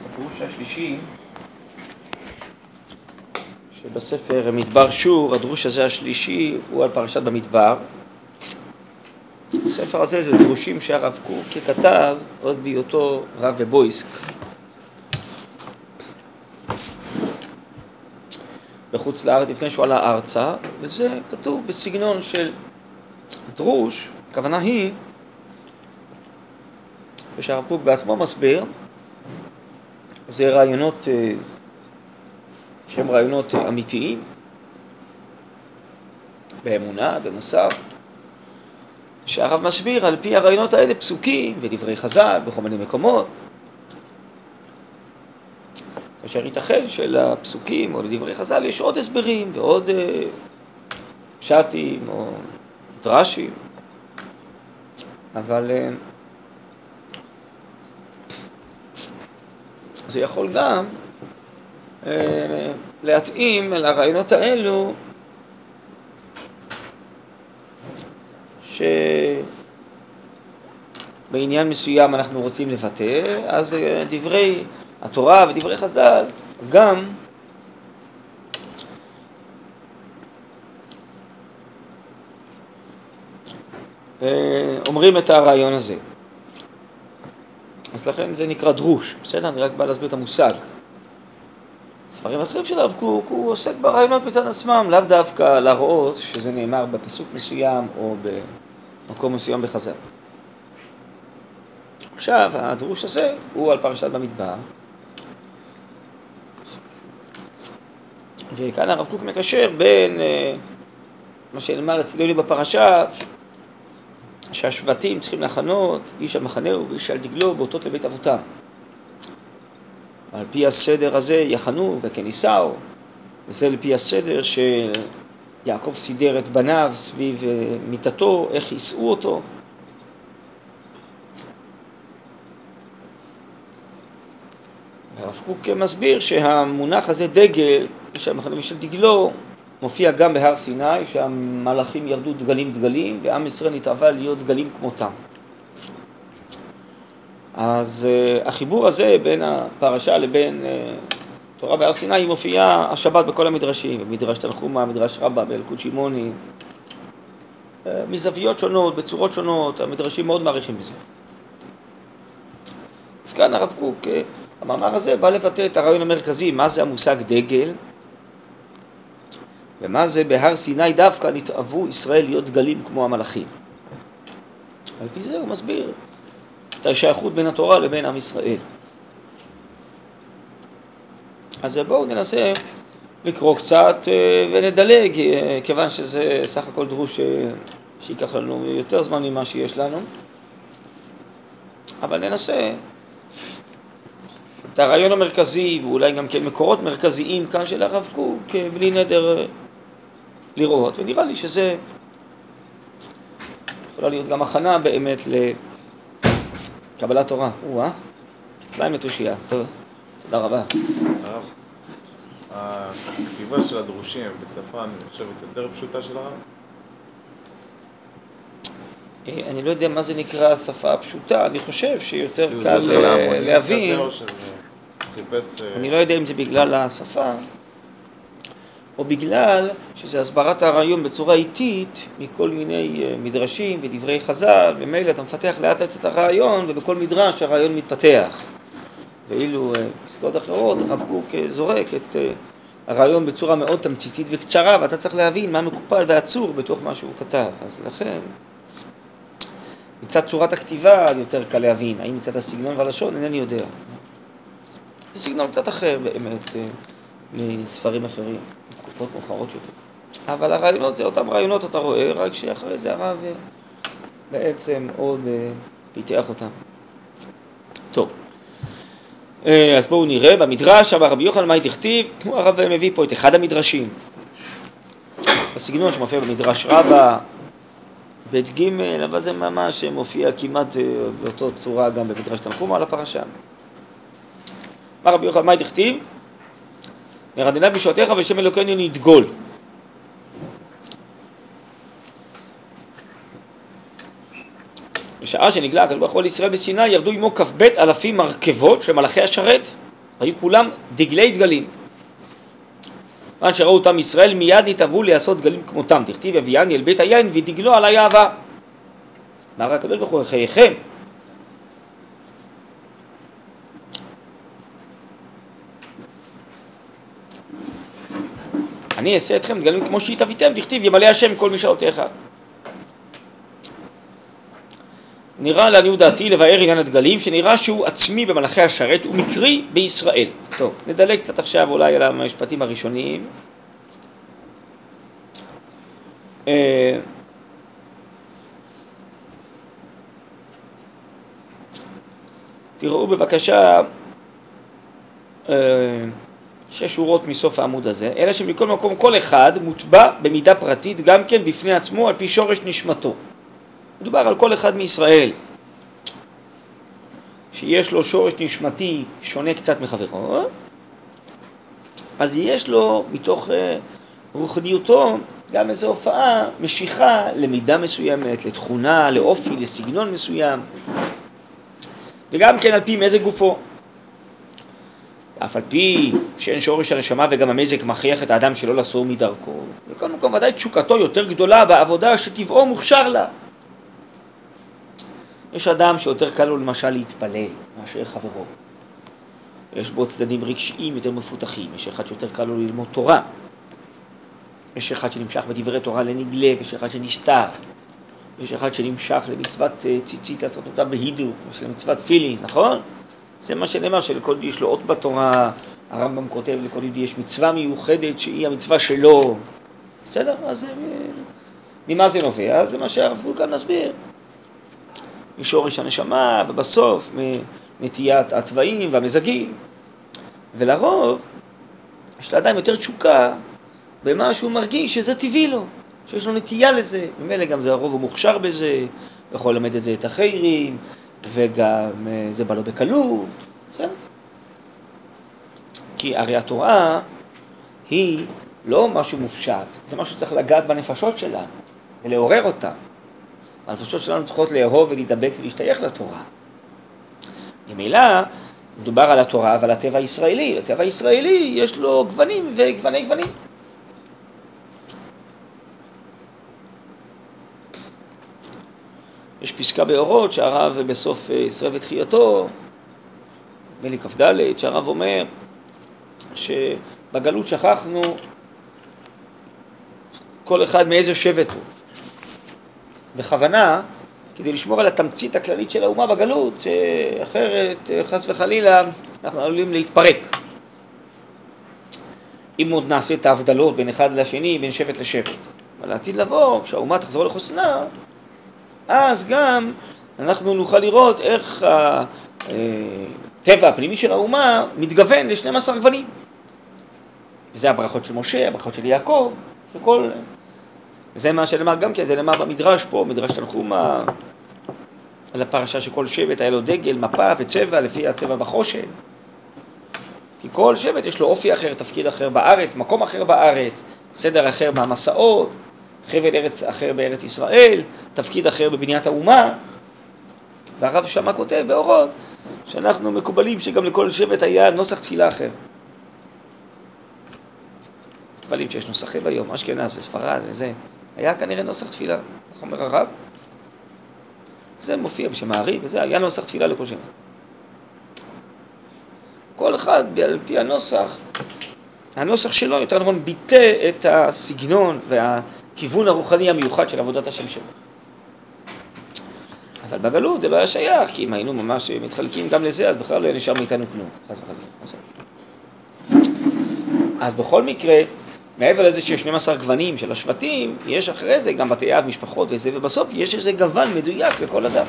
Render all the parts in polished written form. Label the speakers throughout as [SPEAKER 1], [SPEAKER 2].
[SPEAKER 1] הדרוש השלישי שבספר מדבר שור, הדרוש הזה השלישי הוא על פרשת במדבר. הספר הזה זה דרושים שהרב קוק ככתב עוד בהיותו רב בבויסק. בחוץ לארץ לפני שהוא עלה ארצה, וזה כתוב בסגנון של דרוש, הכוונה היא, ושהרב קוק בעצמו מסביר, זה רעיונות שהם רעיונות אמיתיים, באמונה, במוסר, שהרב מסביר על פי הרעיונות האלה פסוקים ודברי חז"ל בכל מיני מקומות, כאשר ייתכן שלפסוקים או לדברי חז"ל יש עוד הסברים ועוד פשטים או דרשים, אבל זה יכול גם להתאים אל הרעיונות האלו שבעניין מסוים אנחנו רוצים לבטא, אז דברי התורה ודברי חז"ל גם אומרים את הרעיון הזה. אז לכן זה נקרא דרוש, בסדר? אני רק בא להסביר את המושג. ספרים אחרים של הרב קוק הוא עוסק ברעיונות מצד עצמם, לאו דווקא להראות שזה נאמר בפסוק מסוים או במקום מסוים בחז"ל. עכשיו, הדרוש הזה הוא על פרשת במדבר, וכאן הרב קוק מקשר בין מה שנאמר אצלנו בפרשה, שהשבטים צריכים לחנות איש על מחנהו ואיש על דגלו באותות לבית אבותם. על פי הסדר הזה יחנו וכן ייסעו, וזה לפי הסדר שיעקב סידר את בניו סביב מיטתו, איך יישאו אותו. הרב קוק מסביר שהמונח הזה דגל, איש על מחנהו ואיש על דגלו, מופיע גם בהר סיני, שהמלאכים ירדו דגלים דגלים, ועם ישראל נתאווה להיות דגלים כמותם. אז החיבור הזה בין הפרשה לבין תורה בהר סיני מופיעה השבת בכל המדרשים, במדרש תנחומא, מדרש רבה, באלקוט שמעוני, מזוויות שונות, בצורות שונות, המדרשים מאוד מעריכים בזה. אז כאן הרב קוק, המאמר הזה בא לבטא את הרעיון המרכזי, מה זה המושג דגל, ומה זה בהר סיני דווקא נתאוו ישראל להיות דגלים כמו המלאכים. על פי זה הוא מסביר את השייכות בין התורה לבין עם ישראל. אז בואו ננסה לקרוא קצת ונדלג, כיוון שזה סך הכל דרוש שיקח לנו יותר זמן ממה שיש לנו. אבל ננסה את הרעיון המרכזי, ואולי גם כן מקורות מרכזיים כאן של הרב קוק, בלי נדר לראות. ונראה לי שזה יכולה להיות גם הכנה באמת לקבלת תורה. כפליים לתושייה. טוב, תודה רבה.
[SPEAKER 2] הרב, הכתיבה של הדרושים בשפה נחשבת יותר פשוטה של הרב?
[SPEAKER 1] אני לא יודע מה זה נקרא השפה הפשוטה, אני חושב שיותר
[SPEAKER 2] כאילו
[SPEAKER 1] קל
[SPEAKER 2] זה יותר להמונים
[SPEAKER 1] להבין.
[SPEAKER 2] כזה, או שזה חיפש...
[SPEAKER 1] אני לא יודע אם זה בגלל השפה, או בגלל שזה הסברת הרעיון בצורה איטית מכל מיני מדרשים ודברי חז"ל, ומילא אתה מפתח לאט לאט את הרעיון, ובכל מדרש הרעיון מתפתח. ואילו פסקאות אחרות, הרב קוק זורק את הרעיון בצורה מאוד תמציתית וקצרה, ואתה צריך להבין מה מקופל ועצור בתוך מה שהוא כתב. אז לכן, מצד צורת הכתיבה יותר קל להבין, האם מצד הסגנון והלשון, אינני יודע. זה סגנון קצת אחר באמת מספרים אחרים, תקופות מאוחרות יותר. אבל הרעיונות זה אותם רעיונות, אתה רואה, רק שאחרי זה הרב בעצם עוד פיתח אותם. טוב, אז בואו נראה, במדרש, אבל רבי יוחנן מאי דכתיב, הרב מביא פה את אחד המדרשים, בסגנון שמופיע במדרש רבה, בית ג', אבל זה ממש מופיע כמעט באותו צורה גם במדרש תנחומא על הפרשה. מה רבי יוחנן מאי דכתיב? נרדנה בשעותיך ושם אלוקינו נדגול. בשעה שנגלה הקדוש ברוך הוא לישראל בסיני, ירדו עמו כ"ב אלפים מרכבות של מלאכי השרת, היו כולם דגלי דגלים. כיוון שראו אותם ישראל מיד התאבו לעשות דגלים כמותם, דכתיב הביאני אל בית היין ודגלו עלי אהבה. אמר הקדוש ברוך הוא, חייכם, אני אעשה אתכם דגלים כמו שהתאביתם, דכתיב ימלא השם כל משאלותיך. נראה לעניות דעתי לבאר עניין הדגלים, שנראה שהוא עצמי במלאכי השרת ומקרי בישראל. טוב, נדלג קצת עכשיו אולי על המשפטים הראשוניים. תראו בבקשה 6 שורות מסוף העמוד הזה, אלא שמכל מקום כל אחד מוטבע במידה פרטית גם כן בפני עצמו על פי שורש נשמתו. מדובר על כל אחד מישראל שיש לו שורש נשמתי שונה קצת מחברו, אז יש לו מתוך רוחניותו גם איזו הופעה, משיכה למידה מסוימת, לתכונה, לאופי, לסגנון מסוים, וגם כן על פי מזג גופו. אף על פי שאין שורש הנשמה וגם המזג מכריח את האדם שלא לסור מדרכו, בכל מקום ודאי תשוקתו יותר גדולה בעבודה שטבעו מוכשר לה. יש אדם שיותר קל לו למשל להתפלל מאשר חברו. יש בו צדדים רגשיים יותר מפותחים, יש אחד שיותר קל לו ללמוד תורה. יש אחד שנמשך בדברי תורה לנגלה, ויש אחד שנסתר. יש אחד שנמשך למצוות ציצית לעשות אותה בהידור, יש למצוות תפילין, נכון? זה מה שנאמר שלכל יהודי יש לו אות בתורה, הרמב"ם כותב לכל יהודי יש מצווה מיוחדת שהיא המצווה שלו. בסדר? אז ממה זה נובע? זה מה שהרב קוק כאן מסביר. משורש הנשמה ובסוף מנטיית התוואים והמזגים. ולרוב יש לאדם יותר תשוקה במה שהוא מרגיש שזה טבעי לו, שיש לו נטייה לזה. ממילא גם זה הרוב הוא מוכשר בזה, יכול ללמד את זה את החיירים, וגם זה בא לו בקלות. בסדר? כי הרי התורה היא לא משהו מופשט, זה משהו שצריך לגעת בנפשות שלנו ולעורר אותה. הנפשות שלנו צריכות לאהוב ולהידבק ולהשתייך לתורה. ממילא מדובר על התורה ועל הטבע הישראלי. הטבע הישראלי יש לו גוונים וגווני גוונים. יש פסקה באורות שהרב בסוף ישראל ותחייתו, נדמה לי כ"ד, שהרב אומר שבגלות שכחנו כל אחד מאיזה שבט הוא. בכוונה, כדי לשמור על התמצית הכללית של האומה בגלות, שאחרת חס וחלילה אנחנו עלולים להתפרק. אם עוד נעשה את ההבדלות בין אחד לשני, בין שבט לשבט. אבל לעתיד לבוא, כשהאומה תחזור לחוסנה, אז גם אנחנו נוכל לראות איך הטבע הפנימי של האומה מתגוון ל12 גוונים. וזה הברכות של משה, הברכות של יעקב, שכל... וזה מה שנאמר גם כן, זה נאמר במדרש פה, מדרש תנחומה, על הפרשה שכל שבט היה לו דגל, מפה וצבע, לפי הצבע בחושן. כי כל שבט יש לו אופי אחר, תפקיד אחר בארץ, מקום אחר בארץ, סדר אחר במסעות, חבל ארץ אחר בארץ ישראל, תפקיד אחר בבניית האומה. והרב שמה כותב באורות שאנחנו מקובלים שגם לכל שבט היה נוסח תפילה אחר. תפלים שיש נוסחים היום, אשכנז וספרד וזה, היה כנראה נוסח תפילה, כך אומר הרב. זה מופיע בשם הארי, וזה היה נוסח תפילה לכל שבט. כל אחד על פי הנוסח שלו, יותר נכון, ביטא את הסגנון והכיוון הרוחני המיוחד של עבודת השם שלו. אבל בגלות זה לא היה שייך, כי אם היינו ממש מתחלקים גם לזה, אז בכלל לא נשאר מאיתנו כלום, חס וחלילה. אז בכל מקרה, מעבר לזה שיש 12 גוונים של השבטים, יש אחרי זה גם בתי אב, משפחות וזה, ובסוף יש איזה גוון מדויק לכל אדם.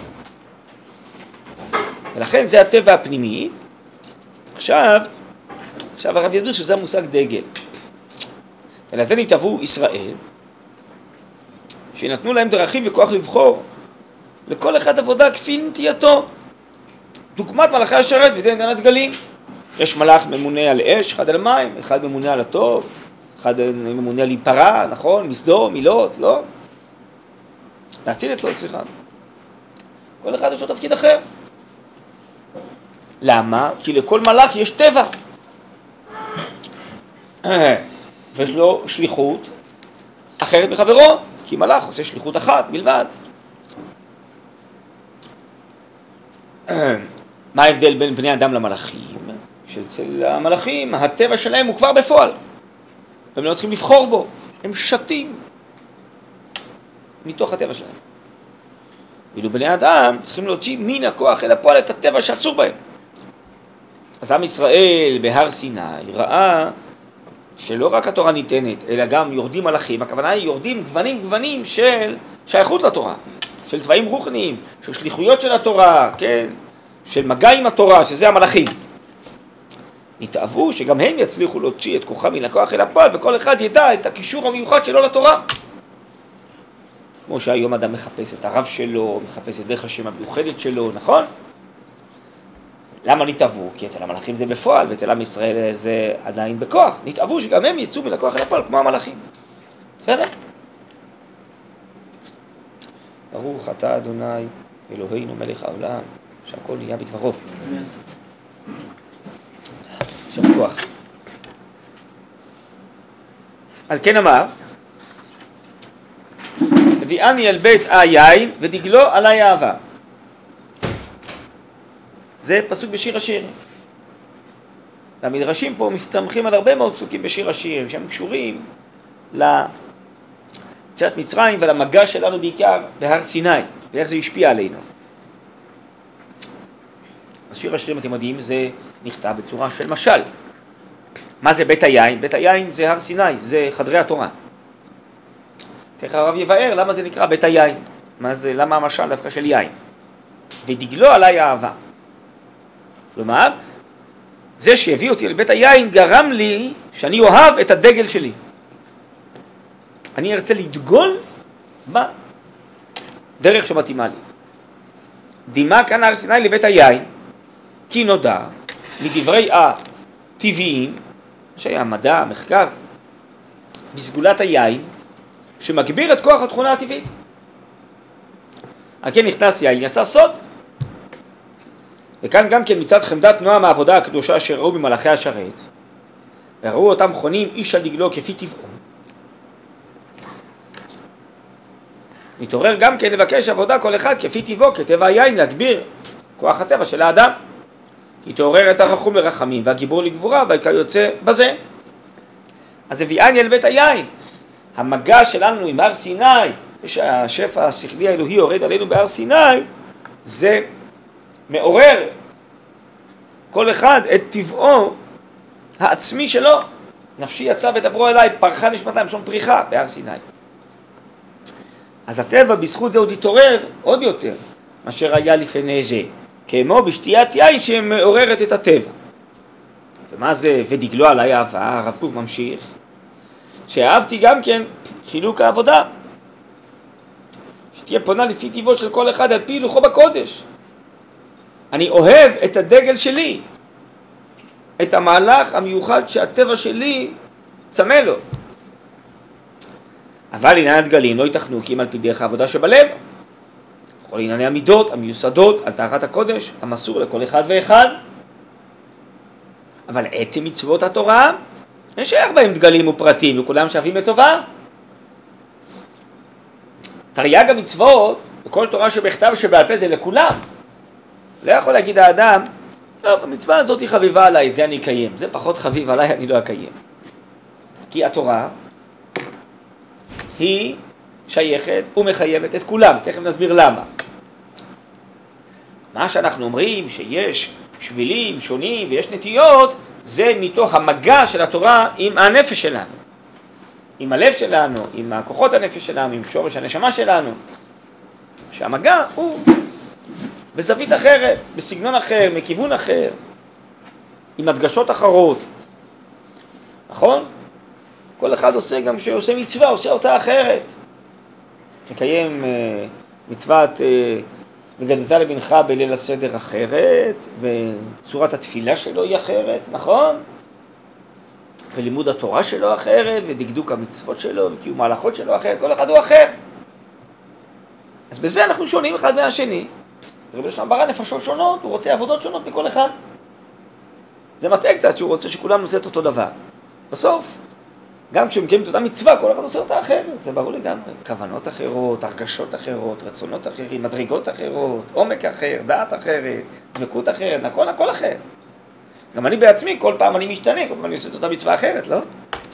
[SPEAKER 1] ולכן זה הטבע הפנימי. עכשיו הרב ידעו שזה המושג דגל. ולזה נתאבו ישראל, שנתנו להם דרכים וכוח לבחור לכל אחד עבודה כפי נטייתו. דוגמת מלאכי השרת ודין הדגלים. יש מלאך ממונה על אש, אחד על מים, אחד ממונה על הטוב, אחד ממונה על להיפרע, נכון? מסדור, מילות, לא? להציל אצלו, סליחה. כל אחד יש לו תפקיד אחר. למה? כי לכל מלאך יש טבע. ויש לו שליחות אחרת מחברו, כי מלאך עושה שליחות אחת בלבד. מה ההבדל בין בני אדם למלאכים? שאצל המלאכים הטבע שלהם הוא כבר בפועל. הם לא צריכים לבחור בו, הם שתים מתוך הטבע שלהם. ואילו בני אדם צריכים להוציא מן הכוח אל הפועל את הטבע שעצור בהם. אז עם ישראל בהר סיני ראה שלא רק התורה ניתנת, אלא גם יורדים מלאכים. הכוונה היא יורדים גוונים של שייכות לתורה, של צבעים רוחניים, של שליחויות של התורה, כן? של מגע עם התורה, שזה המלאכים. נתאבו שגם הם יצליחו להוציא את כוחם מן הכוח אל הפועל, וכל אחד ידע את הקישור המיוחד שלו לתורה. כמו שהיום אדם מחפש את הרב שלו, מחפש את דרך השם המיוחדת שלו, נכון? למה נתאבו? כי אצל המלאכים זה בפועל, ואצל עם ישראל זה עדיין בכוח. נתאבו שגם הם יצאו מן הכוח אל הפועל כמו המלאכים. בסדר? ברוך אתה אדוני אלוהינו מלך העולם, שהכל נהיה בדברו. שם כוח. על כן אמר, הביאני אל בית היין ודגלו עלי אהבה. זה פסוק בשיר השירים. והמדרשים פה מסתמכים על הרבה מאוד פסוקים בשיר השירים, שהם קשורים ליציאת מצרים ולמגע שלנו בעיקר בהר סיני, ואיך זה השפיע עלינו. השיר השירים, אתם יודעים, זה נכתב בצורה של משל. מה זה בית היין? בית היין זה הר סיני, זה חדרי התורה. תכף הרב יבאר למה זה נקרא בית היין. למה המשל דווקא של יין? ודגלו עליי אהבה. כלומר, זה שהביא אותי אל בית היין גרם לי שאני אוהב את הדגל שלי. אני ארצה לדגול בדרך שמתאימה לי. דימה כאן הר סיני לבית היין, כי נודע מדברי הטבעיים, שהיה המדע, המחקר, בסגולת היין, שמגביר את כוח התכונה הטבעית. על כן נכנס יין, יצא סוד. וכאן גם כן מצד חמדת נועם העבודה הקדושה אשר ראו במלאכי השרת, וראו אותם חונים איש על דגלו כפי טבעו. נתעורר גם כן לבקש עבודה כל אחד כפי טבעו, כטבע היין, להגביר כוח הטבע של האדם. כי תעורר את הרחום לרחמים והגיבור לגבורה וכיוצא בזה. אז הביאני אל בית היין. המגע שלנו עם הר סיני, שהשפע השכלי האלוהי יורד עלינו בהר סיני, זה מעורר כל אחד את טבעו העצמי שלו. נפשי יצא ודברו אליי, פרחה נשמתה משום פריחה בהר סיני. אז הטבע בזכות זה עוד יתעורר עוד יותר מאשר היה לפני זה, כמו בשתיית יין שמעוררת את הטבע. ומה זה ודגלו עליי אהבה? הרב קוק ממשיך שאהבתי גם כן חילוק העבודה, שתהיה פונה לפי טבעו של כל אחד על פי לוחו בקודש. אני אוהב את הדגל שלי, את המהלך המיוחד שהטבע שלי צמא לו. אבל עניין הדגלים לא ייתכנו כי אם על פי דרך העבודה שבלב, כל ענייני המידות המיוסדות על טהרת הקודש המסור לכל אחד ואחד. אבל עצם מצוות התורה אין שייך בהם דגלים ופרטים וכולם שווים לטובה. תרי"ג המצוות וכל תורה שבכתב שבעל פה זה לכולם. לא יכול להגיד האדם, לא, במצווה הזאת היא חביבה עליי, את זה אני אקיים, זה פחות חביב עליי, אני לא אקיים. כי התורה היא שייכת ומחייבת את כולם, תכף נסביר למה. מה שאנחנו אומרים שיש שבילים שונים ויש נטיות, זה מתוך המגע של התורה עם הנפש שלנו, עם הלב שלנו, עם הכוחות הנפש שלנו, עם שורש הנשמה שלנו, שהמגע הוא בזווית אחרת, בסגנון אחר, מכיוון אחר, עם הדגשות אחרות. נכון? כל אחד עושה גם שעושה מצווה, עושה אותה אחרת. מקיים מצוות וגדת לבנך בליל הסדר אחרת, וצורת התפילה שלו היא אחרת, נכון? ולימוד התורה שלו אחרת, ודקדוק המצוות שלו, וקיום ההלכות שלו אחרת, כל אחד הוא אחר. אז בזה אנחנו שונים אחד מהשני. רבי שלום ברא נפשות שונות, הוא רוצה עבודות שונות מכל אחד. זה מטעה קצת שהוא רוצה שכולם עושה את אותו דבר. בסוף, גם כשמקיימים את אותה מצווה, כל אחד עושה אותה אחרת, זה ברור לגמרי. כוונות אחרות, הרגשות אחרות, רצונות אחרים, מדרגות אחרות, עומק אחר, דעת אחרת, דבקות אחרת, נכון? הכל אחר. גם אני בעצמי, כל פעם אני משתנה, כל פעם אני עושה את אותה מצווה אחרת, לא?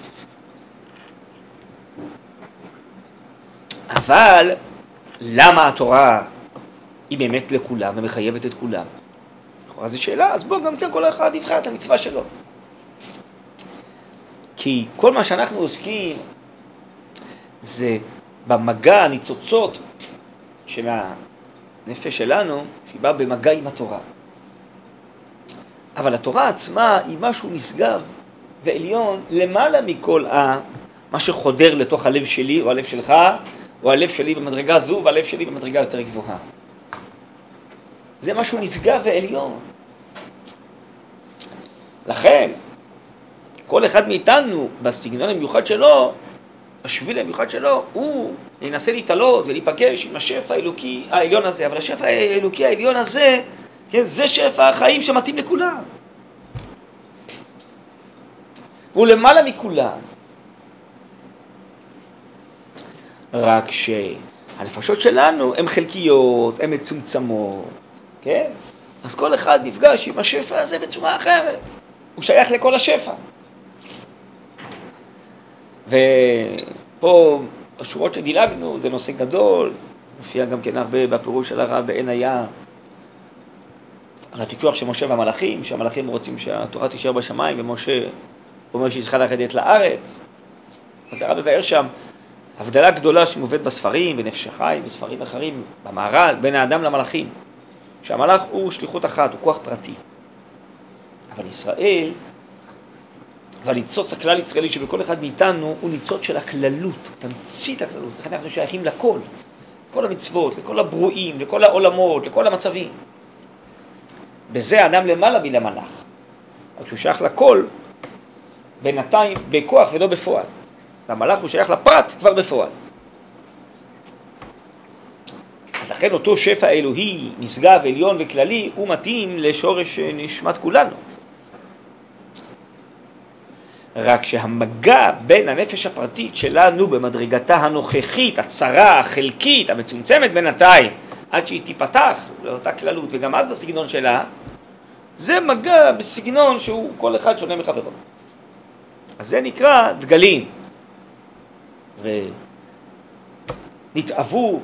[SPEAKER 1] אבל, למה התורה היא באמת לכולם ומחייבת את כולם? לכאורה זו שאלה, אז בואו גם כן כל אחד יבחר את המצווה שלו. כי כל מה שאנחנו עוסקים זה במגע הניצוצות של הנפש שלנו, שהיא באה במגע עם התורה. אבל התורה עצמה היא משהו נשגב ועליון למעלה מכל מה שחודר לתוך הלב שלי או הלב שלך, או הלב שלי במדרגה זו והלב שלי במדרגה יותר גבוהה. זה משהו נשגב ועליון. לכן, כל אחד מאיתנו בסגנון המיוחד שלו, בשביל המיוחד שלו, הוא ינסה להתעלות ולהיפגש עם השפע האלוקי העליון הזה. אבל השפע האלוקי העליון הזה, כן, זה שפע החיים שמתאים לכולם. והוא למעלה מכולם. רק שהנפשות שלנו הן חלקיות, הן מצומצמות, כן? אז כל אחד נפגש עם השפע הזה בצורה אחרת. הוא שייך לכל השפע. ופה השורות שדילגנו, זה נושא גדול, מופיע גם כן הרבה בפירוש של הרב בעין היה, על הוויכוח של משה והמלאכים, שהמלאכים רוצים שהתורה תישאר בשמיים, ומשה אומר שהיא צריכה לרדת לארץ. אז הרב מבאר שם הבדלה גדולה שמובאת בספרים, בנפש החי, בספרים אחרים, במהר"ל, בין האדם למלאכים. שהמלאך הוא שליחות אחת, הוא כוח פרטי. אבל ישראל, והניצוץ הכלל ישראלי שבכל אחד מאיתנו, הוא ניצוץ של הכללות, תמצית הכללות. לכן אנחנו שייכים לכל, לכל המצוות, לכל הברואים, לכל העולמות, לכל המצבים. בזה האדם למעלה מלמלאך. אבל כשהוא שייך לכל, בינתיים בכוח ולא בפועל. והמלאך הוא שייך לפרט כבר בפועל. לכן אותו שפע אלוהי, נשגב, עליון וכללי, הוא מתאים לשורש נשמת כולנו. רק שהמגע בין הנפש הפרטית שלנו במדרגתה הנוכחית, הצרה, החלקית, המצומצמת בינתיים, עד שהיא תיפתח לאותה כללות, וגם אז בסגנון שלה, זה מגע בסגנון שהוא כל אחד שונה מחברו. אז זה נקרא דגלים. ונתאהבו,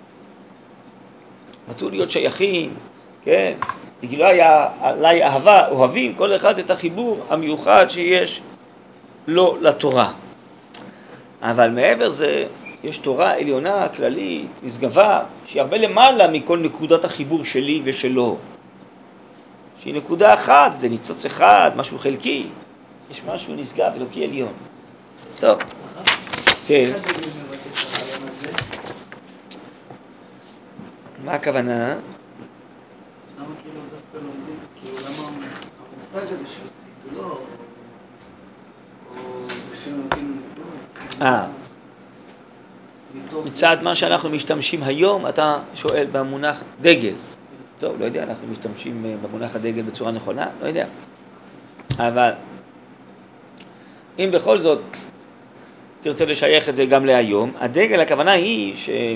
[SPEAKER 1] רצו להיות שייכים, כן? דגלי עליי אהבה, אוהבים כל אחד את החיבור המיוחד שיש לו לתורה. אבל מעבר זה, יש תורה עליונה, כללית, נשגבה, שהיא הרבה למעלה מכל נקודת החיבור שלי ושלו. שהיא נקודה אחת, זה ניצוץ אחד, משהו חלקי. יש משהו נשגב, אלוקי עליון. טוב. כן. מה הכוונה?
[SPEAKER 3] למה כאילו דווקא לומדים, כאילו למה המושג הזה של ביטולו, או זה שנותנים ביטולו?
[SPEAKER 1] מצד מה שאנחנו משתמשים היום, אתה שואל במונח דגל. טוב, לא יודע, אנחנו משתמשים במונח הדגל בצורה נכונה, לא יודע. אבל אם בכל זאת תרצה לשייך את זה גם להיום, הדגל, הכוונה היא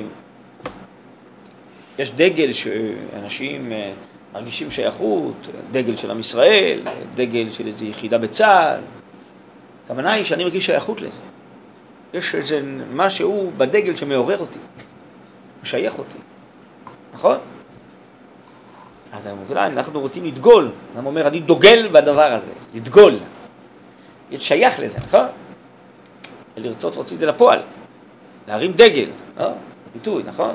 [SPEAKER 1] שיש דגל שאנשים מרגישים שייכות, דגל של עם ישראל, דגל של איזו יחידה בצה"ל. הכוונה היא שאני מרגיש שייכות לזה. יש איזה משהו בדגל שמעורר אותי, משייך אותי, נכון? אז אנחנו רוצים לדגול, אני אומר, אני דוגל בדבר הזה, לדגול, להיות שייך לזה, נכון? לרצות להוציא את זה לפועל, להרים דגל, לא? ביטוי, נכון?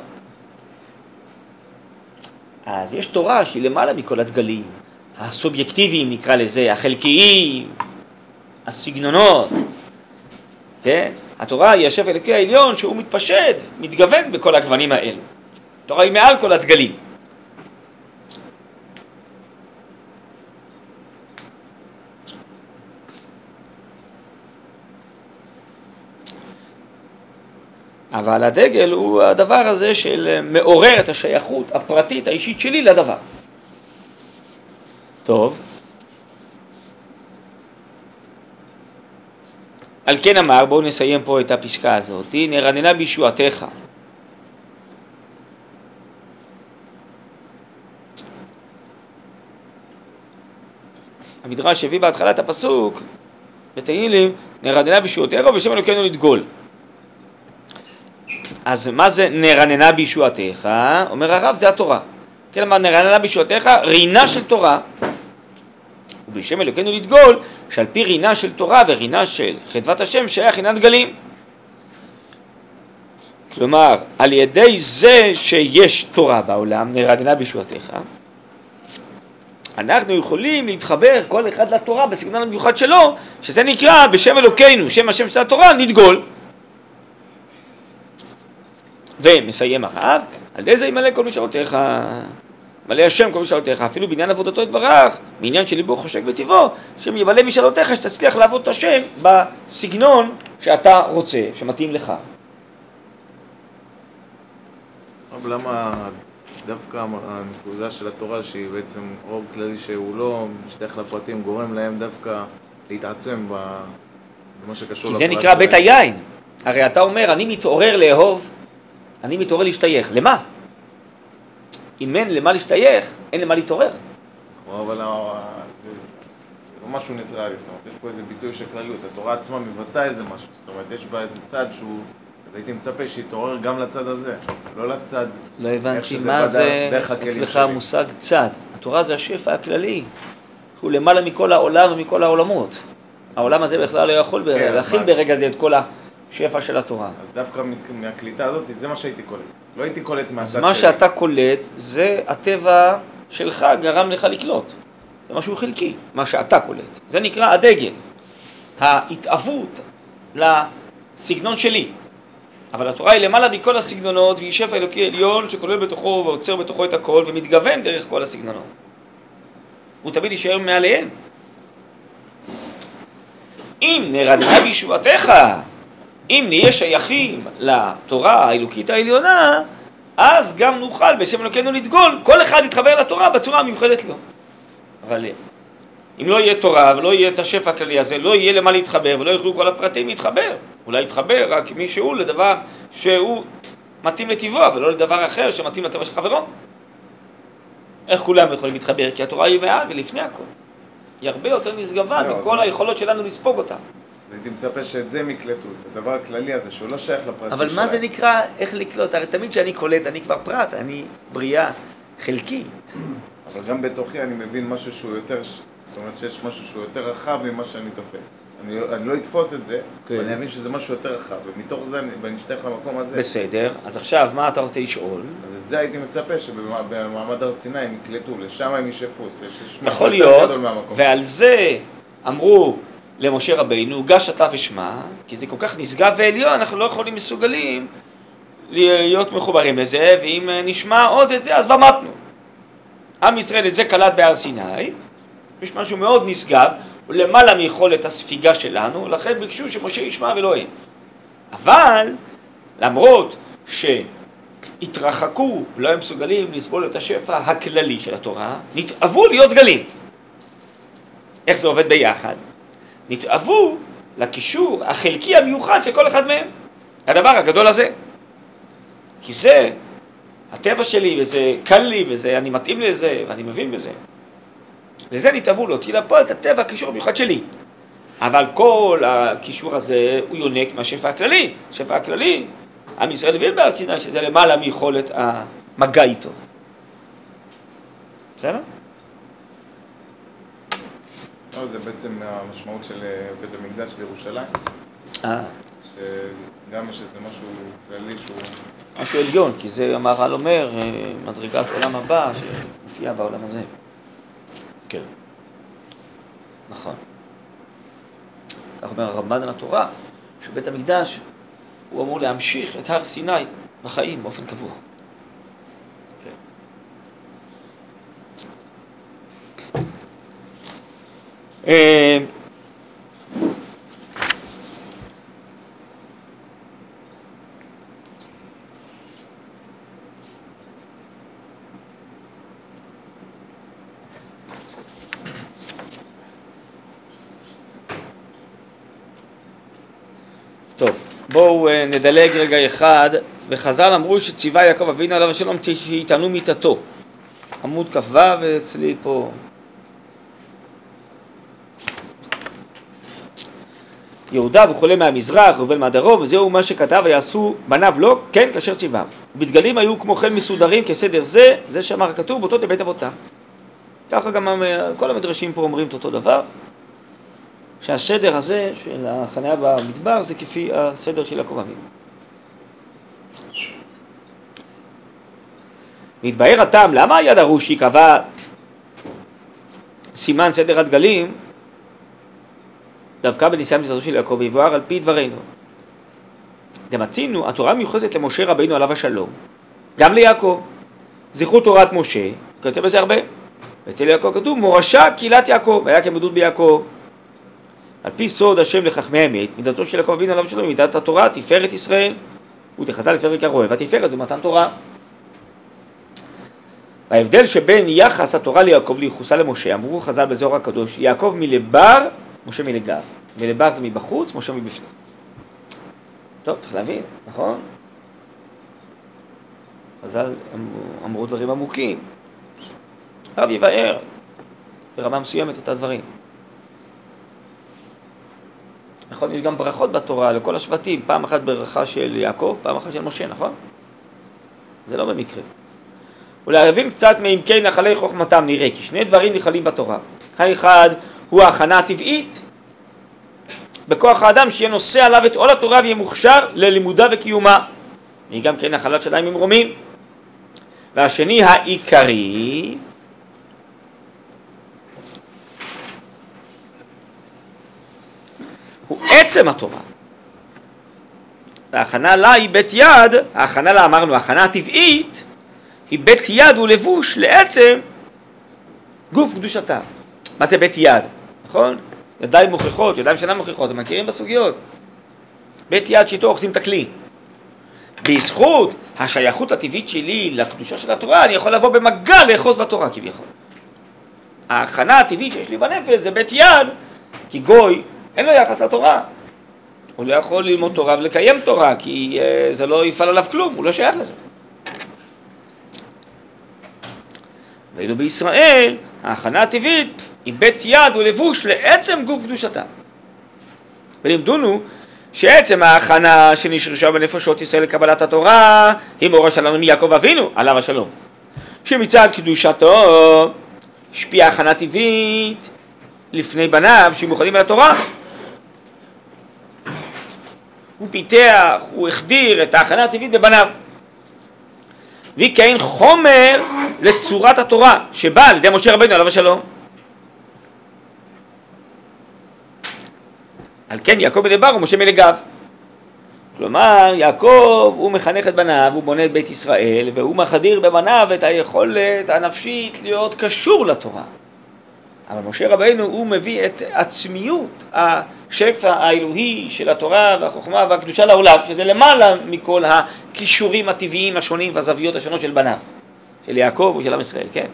[SPEAKER 1] אז יש תורה שהיא למעלה מכל הדגלים, הסובייקטיביים נקרא לזה, החלקיים, הסגנונות, כן? התורה היא השפע אלוקי העליון שהוא מתפשט, מתגוון בכל הגוונים האלו. התורה היא מעל כל הדגלים. אבל הדגל הוא הדבר הזה של מעורר את השייכות הפרטית, האישית שלי לדבר. טוב. על כן אמר, בואו נסיים פה את הפסקה הזאת, נרננה בישועתך. המדרש הביא בהתחלת הפסוק, בתהילים, נרננה בישועתך ובשם אלוקינו לדגול. אז מה זה נרננה בישועתך? אומר הרב, זה התורה. כן, אמר נרננה בישועתך, רינה של תורה. ובשם אלוקינו לדגול, שעל פי רינה של תורה ורינה של חדוות השם שייך עינת גלים. כלומר, על ידי זה שיש תורה בעולם, נרננה בישועתך, אנחנו יכולים להתחבר כל אחד לתורה בסגנון המיוחד שלו, שזה נקרא בשם אלוקינו, שם השם של התורה, נדגול. ומסיים הרב, על ידי זה ימלא כל משאלותיך, מלא השם כל משאלותיך, אפילו בעניין עבודתו יתברך, מעניין שליבו חושק בטבעו, שם ימלא משאלותיך שתצליח לעבוד את השם בסגנון שאתה רוצה, שמתאים לך.
[SPEAKER 2] אבל למה דווקא הנקודה של התורה שהיא בעצם אור כללי שהוא לא משתייך לפרטים גורם להם דווקא להתעצם במה שקשור
[SPEAKER 1] כי
[SPEAKER 2] לפרט
[SPEAKER 1] זה נקרא
[SPEAKER 2] שלהם?
[SPEAKER 1] בית היין. הרי אתה אומר, אני מתעורר לאהוב, אני מתעורר להשתייך. למה? אם אין למה להשתייך, אין למה להתעורר.
[SPEAKER 2] אבל זה לא משהו ניטרלי, זאת אומרת, יש פה איזה ביטוי של כלליות, התורה עצמה מבטא איזה משהו, זאת אומרת, יש בה איזה צד שהוא, אז הייתי מצפה שיתעורר גם לצד הזה, לא לצד,
[SPEAKER 1] לא
[SPEAKER 2] איך
[SPEAKER 1] הבנתי
[SPEAKER 2] שזה
[SPEAKER 1] מה
[SPEAKER 2] בא
[SPEAKER 1] זה
[SPEAKER 2] דרך הכלים
[SPEAKER 1] אצלך
[SPEAKER 2] שלי.
[SPEAKER 1] המושג צד. התורה זה השפע הכללי, שהוא למעלה מכל העולם ומכל העולמות. העולם הזה בכלל לא יכול
[SPEAKER 2] כן,
[SPEAKER 1] להכיל ברגע זה את כל השפע של התורה.
[SPEAKER 2] אז דווקא מהקליטה הזאת, זה מה שהייתי קולט. לא הייתי קולט
[SPEAKER 1] אז
[SPEAKER 2] מהצד
[SPEAKER 1] מה
[SPEAKER 2] שלי.
[SPEAKER 1] שאתה קולט, זה הטבע שלך גרם לך לקלוט. זה משהו חלקי, מה שאתה קולט. זה נקרא הדגל, ההתאבות לסגנון שלי. אבל התורה היא למעלה מכל הסגנונות, והיא שפע אלוקי עליון שכולל בתוכו ועוצר בתוכו את הכל, ומתגוון דרך כל הסגנונות. הוא תמיד יישאר מעליהם. אם נרננה בישועתך, אם נהיה שייכים לתורה האלוקית העליונה, אז גם נוכל בשם אלוקינו לדגול, כל אחד יתחבר לתורה בצורה המיוחדת לו. אבל אם לא יהיה תורה ולא יהיה את השפע הכללי הזה, לא יהיה למה להתחבר ולא יוכלו כל הפרטים להתחבר. אולי יתחבר רק מישהו לדבר שהוא מתאים לטבעו, אבל לא לדבר אחר שמתאים לטבע של חברו. איך כולם יכולים להתחבר? כי התורה היא מעל ולפני הכל. היא הרבה יותר נשגבה מכל היכולות שלנו לספוג אותה.
[SPEAKER 2] הייתי מצפה שאת זה הם יקלטו, את הדבר הכללי הזה, שהוא לא שייך לפרטי שלהם.
[SPEAKER 1] אבל מה זה נקרא, איך לקלוט? הרי תמיד כשאני קולט, אני כבר פרט, אני בריאה חלקית.
[SPEAKER 2] אבל גם בתוכי אני מבין משהו שהוא יותר, זאת אומרת שיש משהו שהוא יותר רחב ממה שאני תופס. אני לא אתפוס את זה,
[SPEAKER 1] כן.
[SPEAKER 2] ואני אבין שזה משהו יותר רחב, ומתוך זה אני אשתייך למקום הזה.
[SPEAKER 1] בסדר, אז עכשיו מה אתה רוצה לשאול?
[SPEAKER 2] אז את זה הייתי מצפה שבמעמד הר סיני הם יקלטו, לשם הם ישאפו, יש משהו
[SPEAKER 1] יכול
[SPEAKER 2] יותר
[SPEAKER 1] להיות,
[SPEAKER 2] גדול מהמקום.
[SPEAKER 1] ועל זה אמרו למשה רבינו, גש אתה ושמע, כי זה כל כך נשגב ועליון, אנחנו לא יכולים מסוגלים להיות מחוברים לזה, ואם נשמע עוד את זה, אז ומתנו. עם ישראל את זה קלט בהר סיני, יש משהו מאוד נשגב, ולמעלה מיכולת הספיגה שלנו, לכן ביקשו שמשה ישמע ולא הם. אבל, למרות שהתרחקו ולא הם מסוגלים לסבול את השפע הכללי של התורה, נתאבו להיות גלים. איך זה עובד ביחד? נתאבו לקישור החלקי המיוחד של כל אחד מהם. הדבר הגדול הזה. כי זה הטבע שלי, וזה קל לי, וזה, אני מתאים לזה, ואני מבין בזה. לזה נתאבו להוציא לפועל את הטבע, הקישור המיוחד שלי. אבל כל הקישור הזה הוא יונק מהשפע הכללי. השפע הכללי, עם ישראל הבין בהר סיני, שזה למעלה מיכולת המגע איתו. בסדר?
[SPEAKER 2] זה בעצם המשמעות של בית המקדש בירושלים, שגם יש איזה משהו כללי שהוא...
[SPEAKER 1] משהו עליון, כי זה המהר"ל אומר, מדרגת עולם הבא שמופיע בעולם הזה. כן. נכון. כך אומר הרמב"ן על התורה, שבית המקדש הוא אמור להמשיך את הר סיני בחיים באופן קבוע. כן. טוב, בואו נדלג רגע אחד. וחז"ל אמרו שציווה יעקב אבינו עליו השלום שיטענו מיתתו. עמוד כ"ו אצלי פה. יהודה וחולה מהמזרח, ראובן מהדרום, וזהו מה שכתב ויעשו בניו לו, כן כאשר ציווה. בדגלים היו כמו כן מסודרים כסדר זה שאמר הכתוב באותות לבית אבותם. ככה גם כל המדרשים פה אומרים את אותו דבר, שהסדר הזה של החניה במדבר זה כפי הסדר של יעקב אבינו. והתבהר הטעם, למה היה דרוש שיקבע סימן סדר הדגלים דווקא בניסיון מצוותו של יעקב, ויבואר על פי דברינו. דמצינו, התורה מיוחסת למשה רבינו עליו השלום, גם ליעקב. זכרו תורת משה, כיוצא בזה הרבה. ואצל יעקב כתוב, מורשה קהילת יעקב, והיה כמדוד ביעקב. על פי סוד השם לחכמי האמת, מידתו של יעקב אבינו עליו השלום, מידת התורה, תפארת ישראל. הוא תחזה לפרק הרואה, והתפארת זה מתן תורה. וההבדל שבין יחס התורה ליעקב ליחוסה למשה, אמרו חז"ל בזוהר הקדוש, יעקב מלבר, משה מלגב. מלבר זה מבחוץ, משה מבפנים. טוב, צריך להבין, נכון? חז"ל אמרו דברים עמוקים. הרב יבאר ברמה מסוימת את הדברים. נכון, יש גם ברכות בתורה לכל השבטים, פעם אחת ברכה של יעקב, פעם אחת של משה, נכון? זה לא במקרה. ולהבין קצת מעמקי נחלי חוכמתם נראה, כי שני דברים נכללים בתורה. האחד הוא ההכנה הטבעית, בכוח האדם שיהיה נושא עליו את עול התורה ויהיה מוכשר ללימודה וקיומה. היא גם כן נחלת שדיים ממרומים. והשני העיקרי, הוא עצם התורה. וההכנה לה היא בית יד, ההכנה לה אמרנו, ההכנה הטבעית, היא בית יד ולבוש לעצם גוף קדושתה. מה זה בית יד? נכון? ידיים מוכיחות, ידיים שאינן מוכיחות, אתם מכירים בסוגיות. בית יד שאיתו אוחזים את הכלי. בזכות השייכות הטבעית שלי לקדושה של התורה, אני יכול לבוא במגע לאחוז בתורה כביכול. ההכנה הטבעית שיש לי בנפש זה בית יד, כי גוי אין לו יחס לתורה. הוא לא יכול ללמוד תורה ולקיים תורה, כי זה לא יפעל עליו כלום, הוא לא שייך לזה. ואילו בישראל, ההכנה הטבעית היא בית יד ולבוש לעצם גוף קדושתה. ולימדונו שעצם ההכנה שנשרשה בנפשות ישראל לקבלת התורה היא מורש שלנו מיעקב אבינו, עליו השלום. שמצד קדושתו השפיעה הכנה טבעית לפני בניו שמוכנים על התורה. הוא פיתח, הוא החדיר את ההכנה הטבעית בבניו. והיא כאין חומר לצורת התורה שבאה על ידי משה רבינו עליו השלום. על כן יעקב מלבר ומשה מלגב. כלומר, יעקב הוא מחנך את בניו, הוא בונה את בית ישראל, והוא מחדיר בבניו את היכולת הנפשית להיות קשור לתורה. אבל משה רבינו הוא מביא את עצמיות השפע האלוהי של התורה והחוכמה והקדושה לעולם, שזה למעלה מכל הכישורים הטבעיים השונים והזוויות השונות של בניו, של יעקב ושל עם ישראל, כן?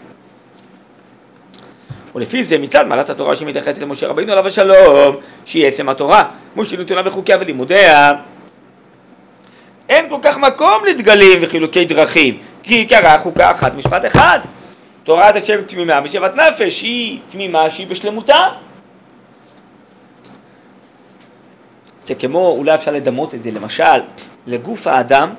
[SPEAKER 1] ולפי זה מצד מעלת התורה שמתייחסת למשה רבינו עליו השלום, שהיא עצם התורה, כמו שהיא נתונה בחוקיה ולימודיה, אין כל כך מקום לדגלים וחילוקי דרכים, כי עיקרה חוקה אחת משפט אחד. תורת השם תמימה בשבת נפש היא תמימה שהיא בשלמותה. זה כמו, אולי אפשר לדמות את זה למשל לגוף האדם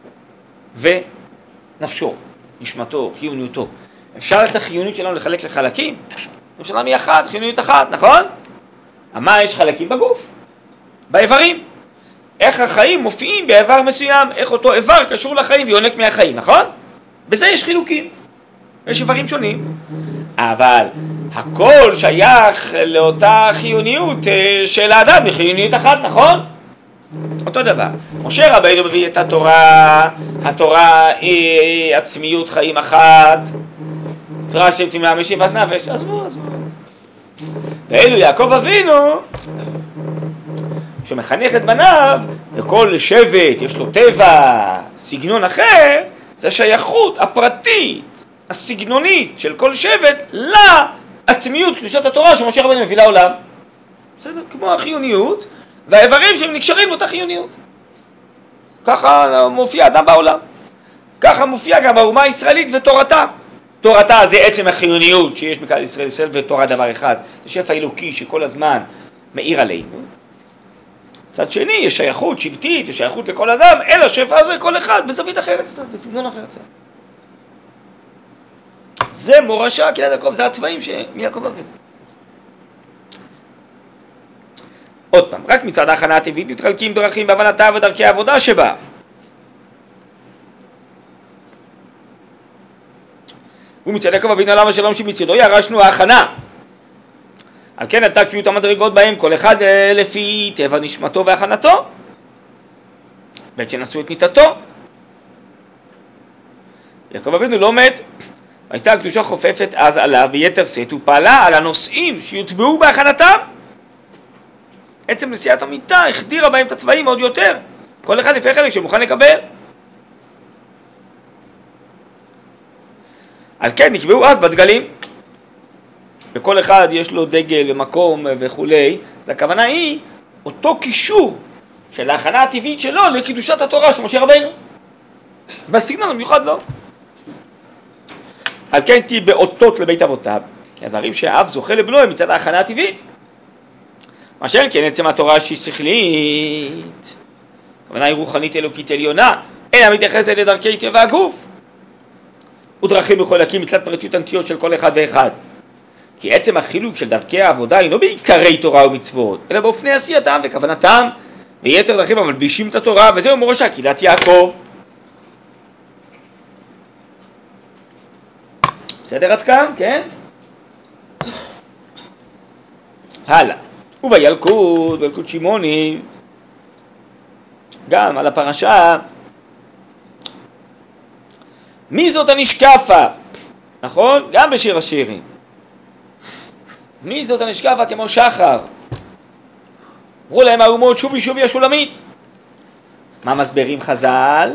[SPEAKER 1] ונפשו, נשמתו, חיוניותו. אפשר את החיוניות שלנו לחלק לחלקים? שלנו היא אחת, חיוניות אחת, נכון? מה יש חלקים בגוף? באיברים. איך החיים מופיעים באיבר מסוים, איך אותו איבר קשור לחיים ויונק מהחיים, נכון? בזה יש חילוקים. יש איברים שונים. אבל הכל שייך לאותה חיוניות של האדם, בחיוניות אחת, נכון? אותו דבר. משה רבינו מביא את התורה, התורה היא עצמיות חיים אחת, תורה שם תמימה משיבת נפש, עזבו. ואילו יעקב אבינו, שמחנך את בניו, וכל שבט יש לו טבע, סגנון אחר, זה שייכות הפרטית, הסגנונית של כל שבט לעצמיות קדושת התורה שמשה רבינו מביא לעולם. בסדר? כמו החיוניות, והאיברים שהם נקשרים לאותה חיוניות. ככה מופיע אדם בעולם. ככה מופיע גם באומה הישראלית ותורתה. תורתה זה עצם החיוניות שיש בכלל ישראל ותורה דבר אחד. זה שפע אלוקי שכל הזמן מאיר עלינו. מצד שני, יש שייכות שבטית, יש שייכות לכל אדם, אלא שפע הזה כל אחד בזווית אחרת קצת, בסגנון אחר קצת. זה מורשה, קהילת יעקב, זה הצבעים מיעקב אבינו. עוד פעם, רק מצד ההכנה הטבעית מתחלקים דרכים בהבנתה ודרכי העבודה שבה. ומצד יעקב אבינו עליו השלום שמצדו ירשנו ההכנה. על כן עלתה קביעות המדרגות בהם, כל אחד לפי טבע נשמתו והכנתו. בעת שנשאו את מיתתו. יעקב אבינו לא מת, הייתה הקדושה חופפת אז עליו ביתר שאת ופעלה על הנושאים שיוטבעו בהכנתם. עצם נשיאת המיטה החדירה בהם את הצבעים עוד יותר, כל אחד לפי חלק שמוכן לקבל. על כן נקבעו אז בדגלים, וכל אחד יש לו דגל ומקום וכולי, אז הכוונה היא אותו קישור של ההכנה הטבעית שלו לקידושת התורה של משה רבינו, בסגנון המיוחד לא. על כן תהי באותות לבית אבותיו, כי הדברים שהאב זוכה לבנו הם מצד ההכנה הטבעית. מה שאין כן עצם התורה שהיא שכלית, הכוונה היא רוחנית אלוקית עליונה, אלא מתייחסת לדרכי טבע הגוף, ודרכים מחולקים מצד פרטיות הנטיות של כל אחד ואחד. כי עצם החילוק של דרכי העבודה היא לא בעיקרי תורה ומצוות, אלא באופני עשייתם וכוונתם, ויתר דרכים המלבישים את התורה, וזהו מורשה קהילת יעקב. בסדר עד כאן, כן? הלאה. ובילקוט, בילקוט שמעוני, גם על הפרשה, מי זאת הנשקפה? נכון? גם בשיר השירים. מי זאת הנשקפה כמו שחר? אמרו להם האומות שובי שובי השולמית. מה מסברים חז"ל?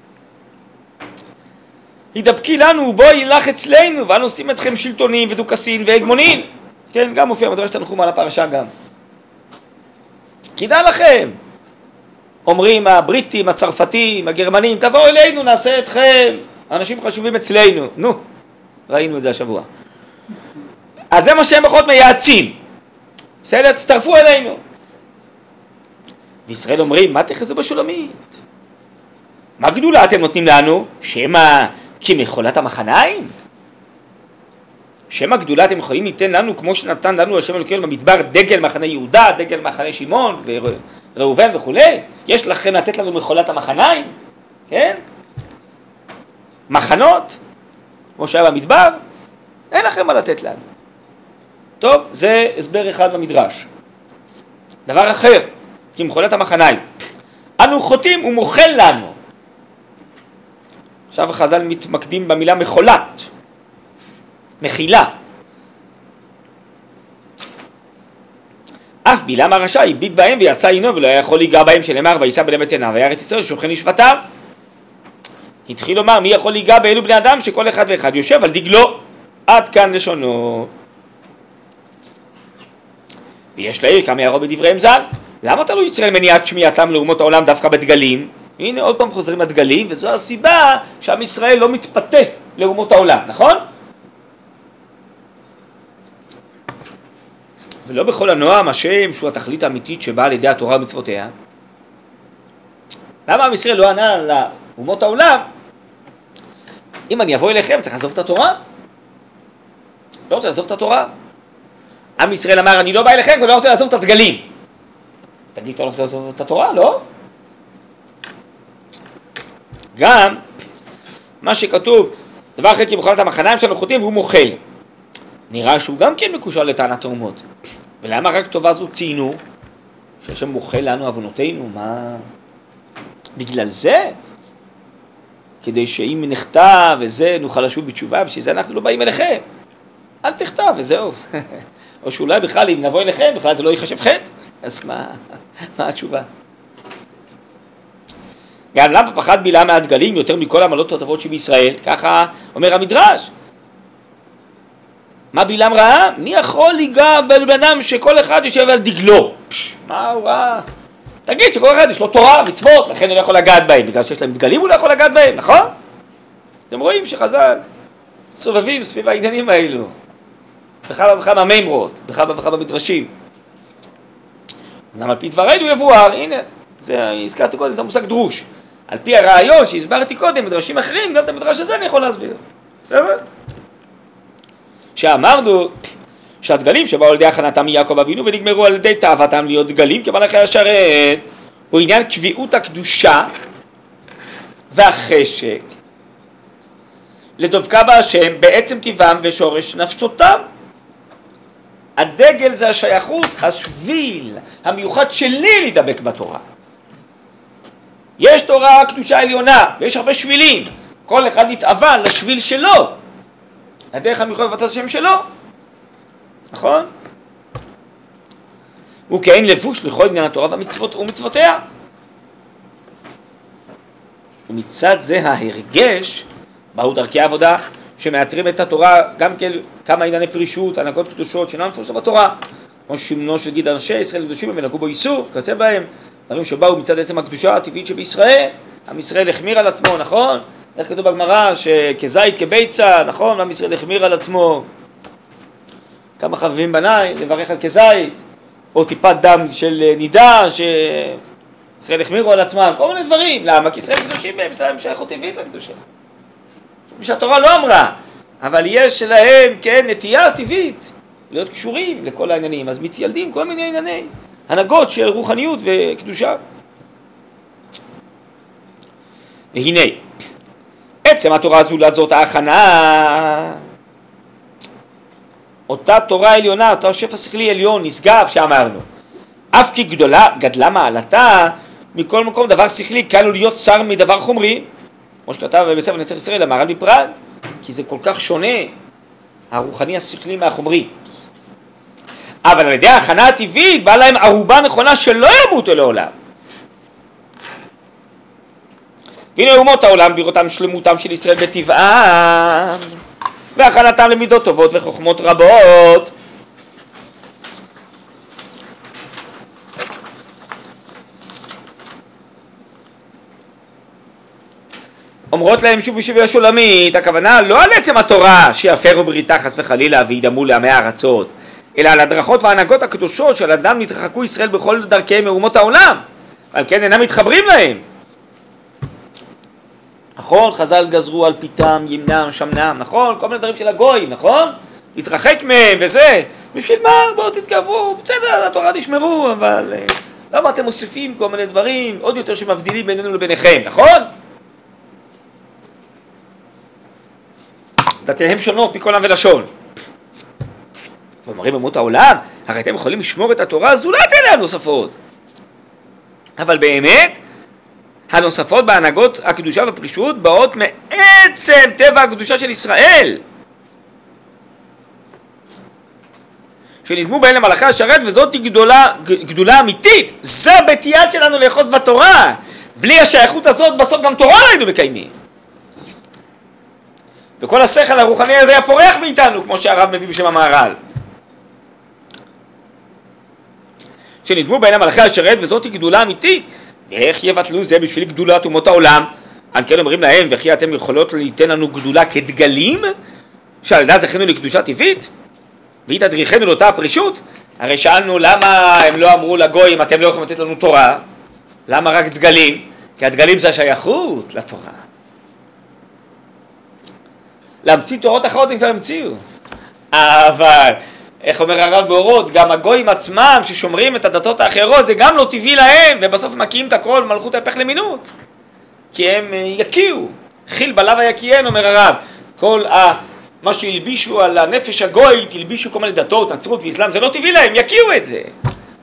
[SPEAKER 1] הידבקי לנו, בואי לך אצלנו, ואנו עושים אתכם שלטונים ודוכסין והגמונין. כן, גם מופיע מדרש תנחום על הפרשה גם. כדאי לכם. אומרים הבריטים, הצרפתים, הגרמנים, תבואו אלינו, נעשה אתכם. אנשים חשובים אצלנו. נו, ראינו את זה השבוע. אז זה מה שהם פחות מייעצים. בסדר, תצטרפו אלינו. וישראל אומרים, מה תחזו בשולמית? מה גדולה אתם נותנים לנו? שמה כמחולת המחניים? שמה גדולה אתם יכולים ליתן לנו כמו שנתן לנו השם אלוקינו במדבר דגל מחנה יהודה, דגל מחנה שמעון וראובן וכו'. יש לכם לתת לנו מחולת המחניים? כן? מחנות? כמו שהיה במדבר? אין לכם מה לתת לנו. טוב, זה הסבר אחד במדרש. דבר אחר, כמחולת המחניים. אנו חוטאים ומוכל לנו. עכשיו החז"ל מתמקדים במילה מחולת, מחילה. אף בלעם הרשע הביט בהם ויצא עינו ולא היה יכול להיגע בהם, שנאמר ויישא בלב את עיניו וירא את ישראל שוכן לשבטיו. התחיל לומר מי יכול להיגע באלו בני אדם שכל אחד ואחד יושב על דגלו. עד כאן לשונו. ויש להעיר כמה הערות בדבריהם ז"ל. למה תלוי ישראל מניעת שמיעתם לאומות העולם דווקא בדגלים? הנה עוד פעם חוזרים לדגלים, וזו הסיבה שעם ישראל לא מתפתה לאומות העולם, נכון? ולא בכל הנועם השם שהוא התכלית האמיתית שבאה על ידי התורה ומצוותיה. למה עם ישראל לא ענה לאומות העולם? אם אני אבוא אליכם צריך לעזוב את התורה? לא רוצה לעזוב את התורה. עם ישראל אמר אני לא בא אליכם ולא רוצה לעזוב את הדגלים. תגיד אתה לא רוצה לעזוב את התורה? לא? גם מה שכתוב דבר אחר כמחולת המחניים שלנו חוטאים והוא מוכל, נראה שהוא גם כן מקושר לטענת האומות. ולמה רק טובה זו ציינו שהשם מוכל לנו עוונותינו? מה? בגלל זה? כדי שאם נכתב וזה נוכל לשוב בתשובה, בשביל זה אנחנו לא באים אליכם. אל תכתב וזהו. או שאולי בכלל אם נבוא אליכם בכלל זה לא ייחשב חטא. אז מה התשובה? גם למה פחד בלעם מהדגלים יותר מכל המעלות הטובות שבישראל? ככה אומר המדרש. מה בלעם ראה? מי יכול ליגע בבן אדם שכל אחד יושב על דגלו? מה הוא ראה? תגיד שכל אחד יש לו תורה, מצוות, לכן הוא לא יכול לגעת בהם, בגלל שיש להם דגלים הוא לא יכול לגעת בהם, נכון? אתם רואים שחז"ל סובבים סביב העניינים האלו, בכמה מימרות, בכמה מדרשים. גם על פי דברינו יבואר, הנה, זה הזכרתי קודם, זה המושג דרוש. על פי הרעיון שהסברתי קודם, מדרשים אחרים, גם את המדרש הזה אני יכול להסביר. בסדר? שאמרנו שהדגלים שבאו על ידי הכנתם מיעקב אבינו ונגמרו על ידי תאוותם להיות דגלים כמלאכי השרת, הוא עניין קביעות הקדושה והחשק לדבקה בהשם בעצם טבעם ושורש נפשותם. הדגל זה השייכות, השביל המיוחד שלי להידבק בתורה. יש תורה קדושה עליונה ויש הרבה שבילים, כל אחד יתאווה לשביל שלו, הדרך המיוחד לבטא את השם שלו, נכון? הוא כאין לבוש לכל עניין התורה והמצוות ומצוותיה. ומצד זה ההרגש באו דרכי העבודה שמאתרים את התורה גם כן כמה ענייני פרישות, הנהגות קדושות שאינן מפורסמות בתורה, כמו שמנו של גיד אנשי ישראל קדושים ונהגו בו איסור, כזה בהם, דברים שבאו מצד עצם הקדושה הטבעית שבישראל. עם ישראל החמיר על עצמו, נכון? איך כתוב בגמרא שכזית כביצה, נכון? עם ישראל החמיר על עצמו. כמה חביבים בניי לברך על כזית, או טיפת דם של נידה שישראל החמירו על עצמם, כל מיני דברים. למה? כי ישראל קדושים בהם, הם שייכות טבעית לקדושה, שהתורה לא אמרה, אבל יש להם, כן, נטייה טבעית להיות קשורים לכל העניינים, אז מתיילדים כל מיני ענייני הנהגות של רוחניות וקדושה. והנה עצם התורה זולת זאת ההכנה, אותה תורה עליונה, אותו שפע שכלי עליון נשגב שאמרנו, אף כי גדלה מעלתה מכל מקום דבר שכלי קל לו להיות צר מדבר חומרי, כמו שכתב בספר נצח ישראל המהר"ל מפראג, כי זה כל כך שונה הרוחני השכלי מהחומרי. אבל על ידי ההכנה הטבעית באה להם ערובה נכונה שלא ימותו לעולם. והנה אומות העולם בראותם שלמותם של ישראל בטבעם והכנתם למידות טובות וחוכמות רבות, אומרות להם שוב ושוב השולמית, הכוונה לא על עצם התורה שיפרו בריתה חס וחלילה וידמו לעמי הארצות, אלא על הדרכות וההנהגות הקדושות של אדם נתרחקו ישראל בכל דרכיהם מאומות העולם, על כן אינם מתחברים להם. נכון, חז"ל גזרו על פיתם, ימנם, שמנם, נכון? כל מיני דברים של הגויים, נכון? להתרחק מהם וזה, בשביל מה? בואו תתקרבו, בסדר, התורה תשמרו, אבל למה אתם מוסיפים כל מיני דברים עוד יותר שמבדילים בינינו לביניכם, נכון? דתיהם שונות מכל עם ולשון. ואומרים אומות העולם, הרי אתם יכולים לשמור את התורה זולת אלה הנוספות. אבל באמת, הנוספות בהנהגות הקדושה והפרישות באות מעצם טבע הקדושה של ישראל, שנדמו בהן למלאכי השרת, וזאת היא גדולה אמיתית. זה הבתייה שלנו לאחוז בתורה. בלי השייכות הזאת בסוף גם תורה לא היינו מקיימים. וכל השכל הרוחני הזה היה פורח מאיתנו, כמו שהרב מביא בשם המהר"ל. שנדמו בהן המלאכי השרת, וזאת היא גדולה אמיתית. ואיך יבטלו זה בשביל גדולת אומות העולם? על כן אומרים להם, וכי אתם יכולות ליתן לנו גדולה כדגלים, שעל ידה זכינו לקדושה טבעית? והיא תדריכנו לאותה הפרישות? הרי שאלנו למה הם לא אמרו לגויים, אתם לא יכולים לתת לנו תורה? למה רק דגלים? כי הדגלים זה השייכות לתורה. להמציא תורות אחרות הם כבר המציאו. אבל, איך אומר הרב באורות, גם הגויים עצמם ששומרים את הדתות האחרות, זה גם לא טבעי להם, ובסוף מקיאים את הכל, מלכות ההפך למינות. כי הם יקיעו. חיל בלב היקיען, אומר הרב. כל מה שהלבישו על הנפש הגוית, הלבישו כל מיני דתות, נצרות ואסלאם, זה לא טבעי להם, יקיעו את זה.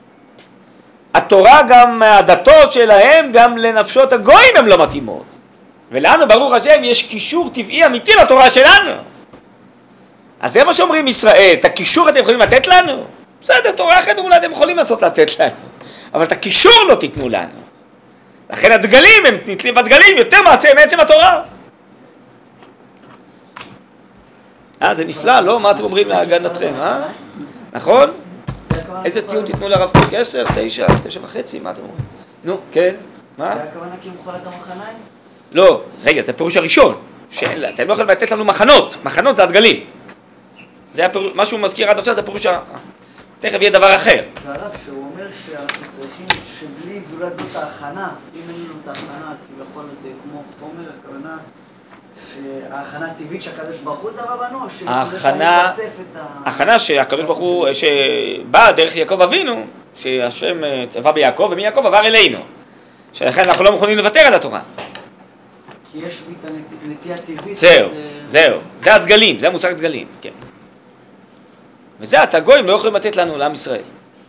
[SPEAKER 1] התורה גם, הדתות שלהם, גם לנפשות הגויים הם לא מתאימות. ולנו, ברוך השם, יש קישור טבעי אמיתי לתורה שלנו. אז זה מה שאומרים ישראל, את הקישור אתם יכולים לתת לנו? בסדר, תורה אחרת אולי אתם יכולים לתת לנו. אבל את הקישור לא תיתנו לנו. לכן הדגלים, הם נתלים בדגלים יותר מעצם התורה. זה נפלא, לא? מה אתם אומרים להגנתכם, נכון? איזה ציון תיתנו לרב קוק? 10, 9, 9.5, מה אתם אומרים? נו, כן, מה?
[SPEAKER 3] זה הכוונה כי מוכלת המחניים?
[SPEAKER 1] לא, רגע, זה הפירוש הראשון. אתם לא יכולים לתת לנו מחנות, מחנות זה הדגלים. זה הפירוש, מה שהוא מזכיר עד עכשיו זה הפירוש תכף יהיה דבר אחר.
[SPEAKER 3] והרב שהוא אומר שאנחנו צריכים שבלי זולת זאת ההכנה, אם אין לנו את ההכנה אז כביכול זה כמו חומר, הכוונה שההכנה הטבעית שהקדוש ברוך הוא דבר בנו, או
[SPEAKER 1] ההכנה, ההכנה שהקדוש ברוך הוא, שבאה דרך יעקב אבינו, שהשם טבע ביעקב ומיעקב עבר אלינו. שלכן אנחנו לא מוכנים לוותר על התורה.
[SPEAKER 3] כי יש לי את הנטייה טבעית.
[SPEAKER 1] זהו, זה הדגלים, זה המושג הדגלים, כן. וזה הגויים לא יכולים לתת לנו, לעם ישראל.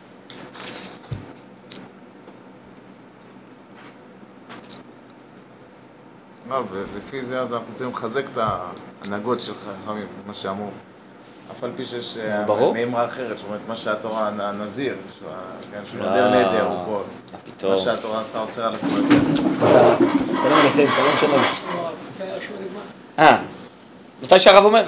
[SPEAKER 2] ולפי זה אז אנחנו צריכים לחזק את ההנהגות של חכמים, מה שאמרו. אף על פי שיש נאמרה אחרת, זאת אומרת, מה שהתורה, הנזיר, שהוא נדר נדר, הוא פה, מה שהתורה עושה על עצמו יותר.
[SPEAKER 1] שלום עליכם, שלום. מתי שהרב אומר?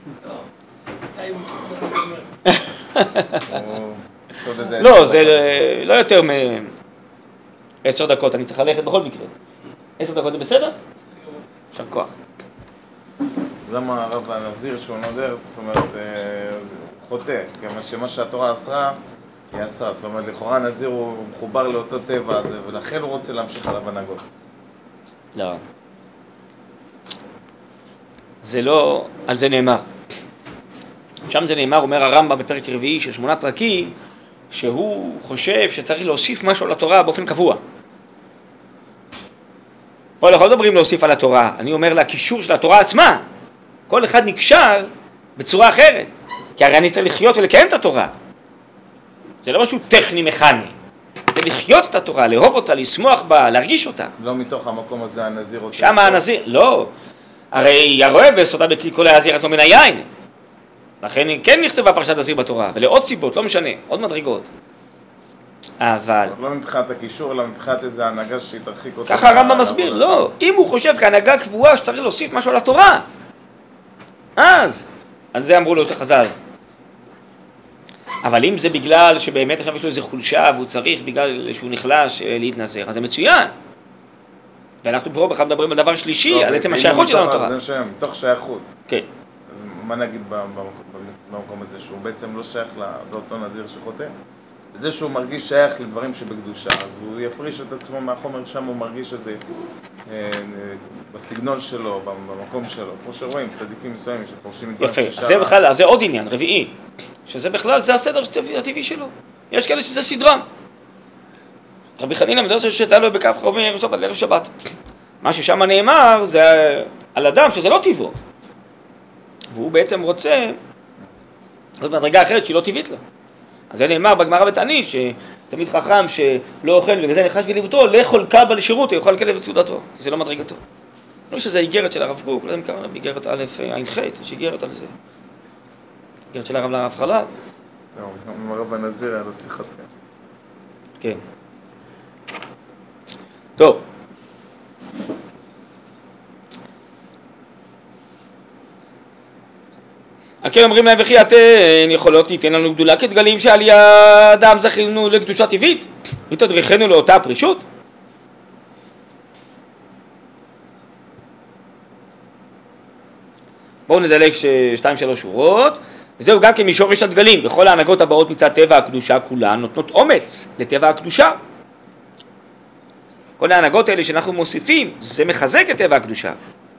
[SPEAKER 1] לא, זה לא יותר מ10 דקות, אני צריך ללכת בכל מקרה. 10 דקות זה בסדר? יישר כוח.
[SPEAKER 2] למה הרב הנזיר שהוא נודר, זאת אומרת, חוטא, כיוון שמה שהתורה עשרה, היא עשרה, זאת אומרת, לכאורה הנזיר הוא מחובר לאותו טבע הזה, ולכן הוא רוצה להמשיך עליו הנהגות.
[SPEAKER 1] לא. זה לא, על זה נאמר. שם זה נאמר, אומר הרמב"ם בפרק רביעי של 8 פרקים, שהוא חושב שצריך להוסיף משהו לתורה באופן קבוע. פה אנחנו לא מדברים להוסיף על התורה, אני אומר לקישור של התורה עצמה. כל אחד נקשר בצורה אחרת, כי הרי אני צריך לחיות ולקיים את התורה. זה לא משהו טכני מכני. זה לחיות את התורה, לאהוב אותה, לשמוח בה, להרגיש אותה.
[SPEAKER 2] לא מתוך המקום הזה הנזיר אותה.
[SPEAKER 1] שם הנזיר, לא. הרי הרואה בסוטה בכלי כל היזיר עצמו מן היין. לכן כן נכתבה פרשת נזיר בתורה, ולעוד סיבות, לא משנה, עוד מדרגות. אבל...
[SPEAKER 2] לא מבחינת הקישור, אלא מבחינת איזה הנהגה שהיא תרחיק אותה.
[SPEAKER 1] ככה הרמב"ם מסביר, לא. אם הוא חושב כהנהגה קבועה שצריך להוסיף משהו על התורה, אז, על זה אמרו לו את החז"ל. אבל אם זה בגלל שבאמת עכשיו יש לו איזה חולשה והוא צריך בגלל שהוא נחלש להתנזר, אז זה מצוין. ואנחנו פה בכלל מדברים על דבר שלישי, על עצם השייכות שלנו לתורה.
[SPEAKER 2] זה שם, מתוך שייכות.
[SPEAKER 1] כן.
[SPEAKER 2] אז מה נגיד במקום הזה, שהוא בעצם לא שייך לאותו נזיר שחוטא? בזה שהוא מרגיש שייך לדברים שבקדושה, אז הוא יפריש את עצמו מהחומר, שם הוא מרגיש שזה בסגנון שלו, במקום שלו. כמו שרואים, צדיקים מסוימים שפורשים מדברים ששעה.
[SPEAKER 1] יפה, אז זה בכלל, אז זה עוד עניין, רביעי. שזה בכלל, זה הסדר הטבעי שלו. יש כאלה שזה סדרם. רבי חנינא מדרש שתהיה לו בכף חומר שבת לערב שבת. מה ששם נאמר זה על אדם שזה לא טבעו. והוא בעצם רוצה זאת מדרגה אחרת שהיא לא טבעית לו. אז זה נאמר בגמרא בתענית שתמיד חכם שלא אוכל וזה נחש בליבותו, לאכול כלבא לשירות, הוא יאכל כלב לסעודתו, כי זה לא מדרגתו. לא שזה איגרת של הרב קוק, לא יודע אם קרא לה באיגרת א' ע"ח, יש איגרת על זה. איגרת של הרב לרב חלב.
[SPEAKER 2] עם הרב הנזיר היה לו שיחת כאן.
[SPEAKER 1] כן. טוב. על כן אומרים להם וכי אתן יכולות ליתן לנו גדולה כדגלים שעל ידם זכינו לקדושה טבעית ותדריכנו לאותה הפרישות. בואו נדלג 2-3 שורות, וזהו גם כן משורש הדגלים. בכל ההנהגות הבאות מצד טבע הקדושה כולן נותנות אומץ לטבע הקדושה. כל ההנהגות האלה שאנחנו מוסיפים, זה מחזק את טבע הקדושה.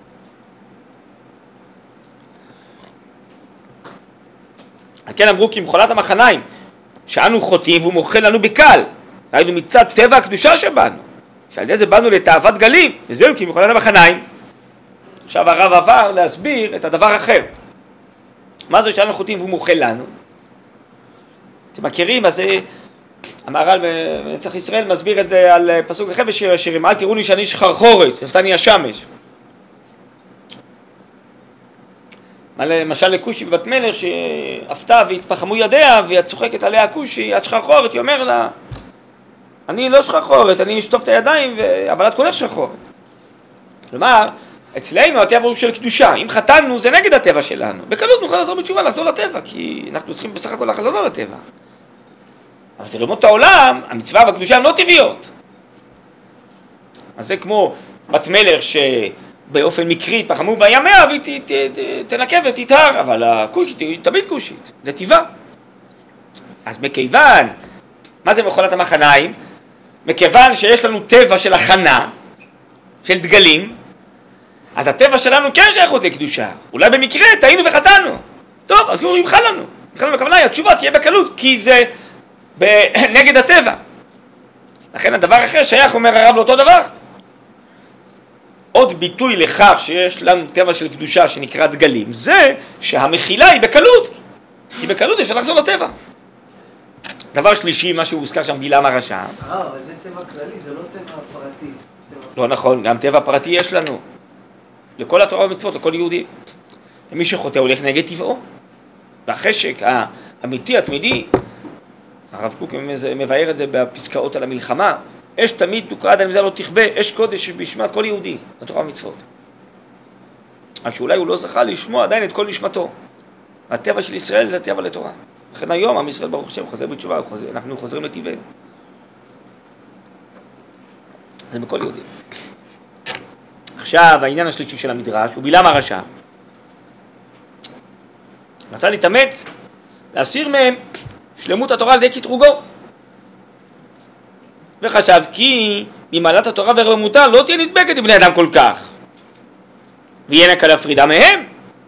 [SPEAKER 1] על כן אמרו כי מחולת המחניים שאנו חוטאים והוא מוכל לנו בקל, היינו מצד טבע הקדושה שבנו, שעל ידי זה באנו לתאוות גלים, וזהו כי מחולת המחניים. עכשיו הרב עבר להסביר את הדבר אחר. מה זה שאנו חוטאים והוא מוכל לנו? אתם מכירים, אז המהר"ל בנצח ישראל מסביר את זה על פסוק אחר בשיר השירים, אל תראו לי שאני שחרחורת, הפתני השמש. למשל לכושי בבת מלך שאפתה והתפחמו ידיה והיא צוחקת עליה כושי, את שחרחורת, היא אומר לה אני לא שחרחורת, אני אשטוף את הידיים אבל את כולך שחרחורת. כלומר, אצלנו הטבע הוא של קדושה, אם חתנו זה נגד הטבע שלנו. בקלות נוכל לחזור בתשובה, לחזור לטבע, כי אנחנו צריכים בסך הכל לחזור לטבע. אבל אצל אומות העולם, המצווה והקדושה הן לא טבעיות. אז זה כמו בת מלך שבאופן מקרי פחמו בימיה והיא תנקב ותתהר, אבל הכושית היא תמיד כושית, זה טבעה. אז מכיוון, מה זה מכונת המחניים? מכיוון שיש לנו טבע של הכנה, של דגלים, אז הטבע שלנו כן שייכות לקדושה. אולי במקרה טעינו וחטאנו. טוב, אז לא ימחל לנו. ימחל לנו הכוונה, התשובה תהיה בקלות, כי זה נגד הטבע. לכן הדבר אחר שייך, אומר הרב, לאותו דבר. עוד ביטוי לכך שיש לנו טבע של קדושה שנקרא דגלים, זה שהמחילה היא בקלות. כי בקלות אפשר לחזור לטבע. דבר שלישי, מה שהוזכר שם בלעם הרשע.
[SPEAKER 3] אבל זה טבע כללי, זה לא טבע פרטי.
[SPEAKER 1] לא נכון, גם טבע פרטי יש לנו. לכל התורה ומצוות, לכל יהודי. ומי שחוטא הולך נגד טבעו. והחשק האמיתי, התמידי, הרב קוק מבאר את זה בפסקאות על המלחמה, אש תמיד תוקרא עד הנמזה לא תכבה, אש קודש בשמת כל יהודי, לתורה ומצוות. רק שאולי הוא לא זכה לשמוע עדיין את כל נשמתו. הטבע של ישראל זה הטבע לתורה. לכן היום עם ישראל ברוך השם חוזר בתשובה, אנחנו חוזרים לטבענו. זה בכל יהודי. עכשיו העניין השלישי של המדרש הוא בלעם הרשע. רצה להתאמץ להסיר מהם שלמות התורה על ידי קטרוגו. וחשב כי ממעלת התורה ורוממותה לא תהיה נדבקת לבני אדם כל כך. ויהיה נקל הפרידה מהם.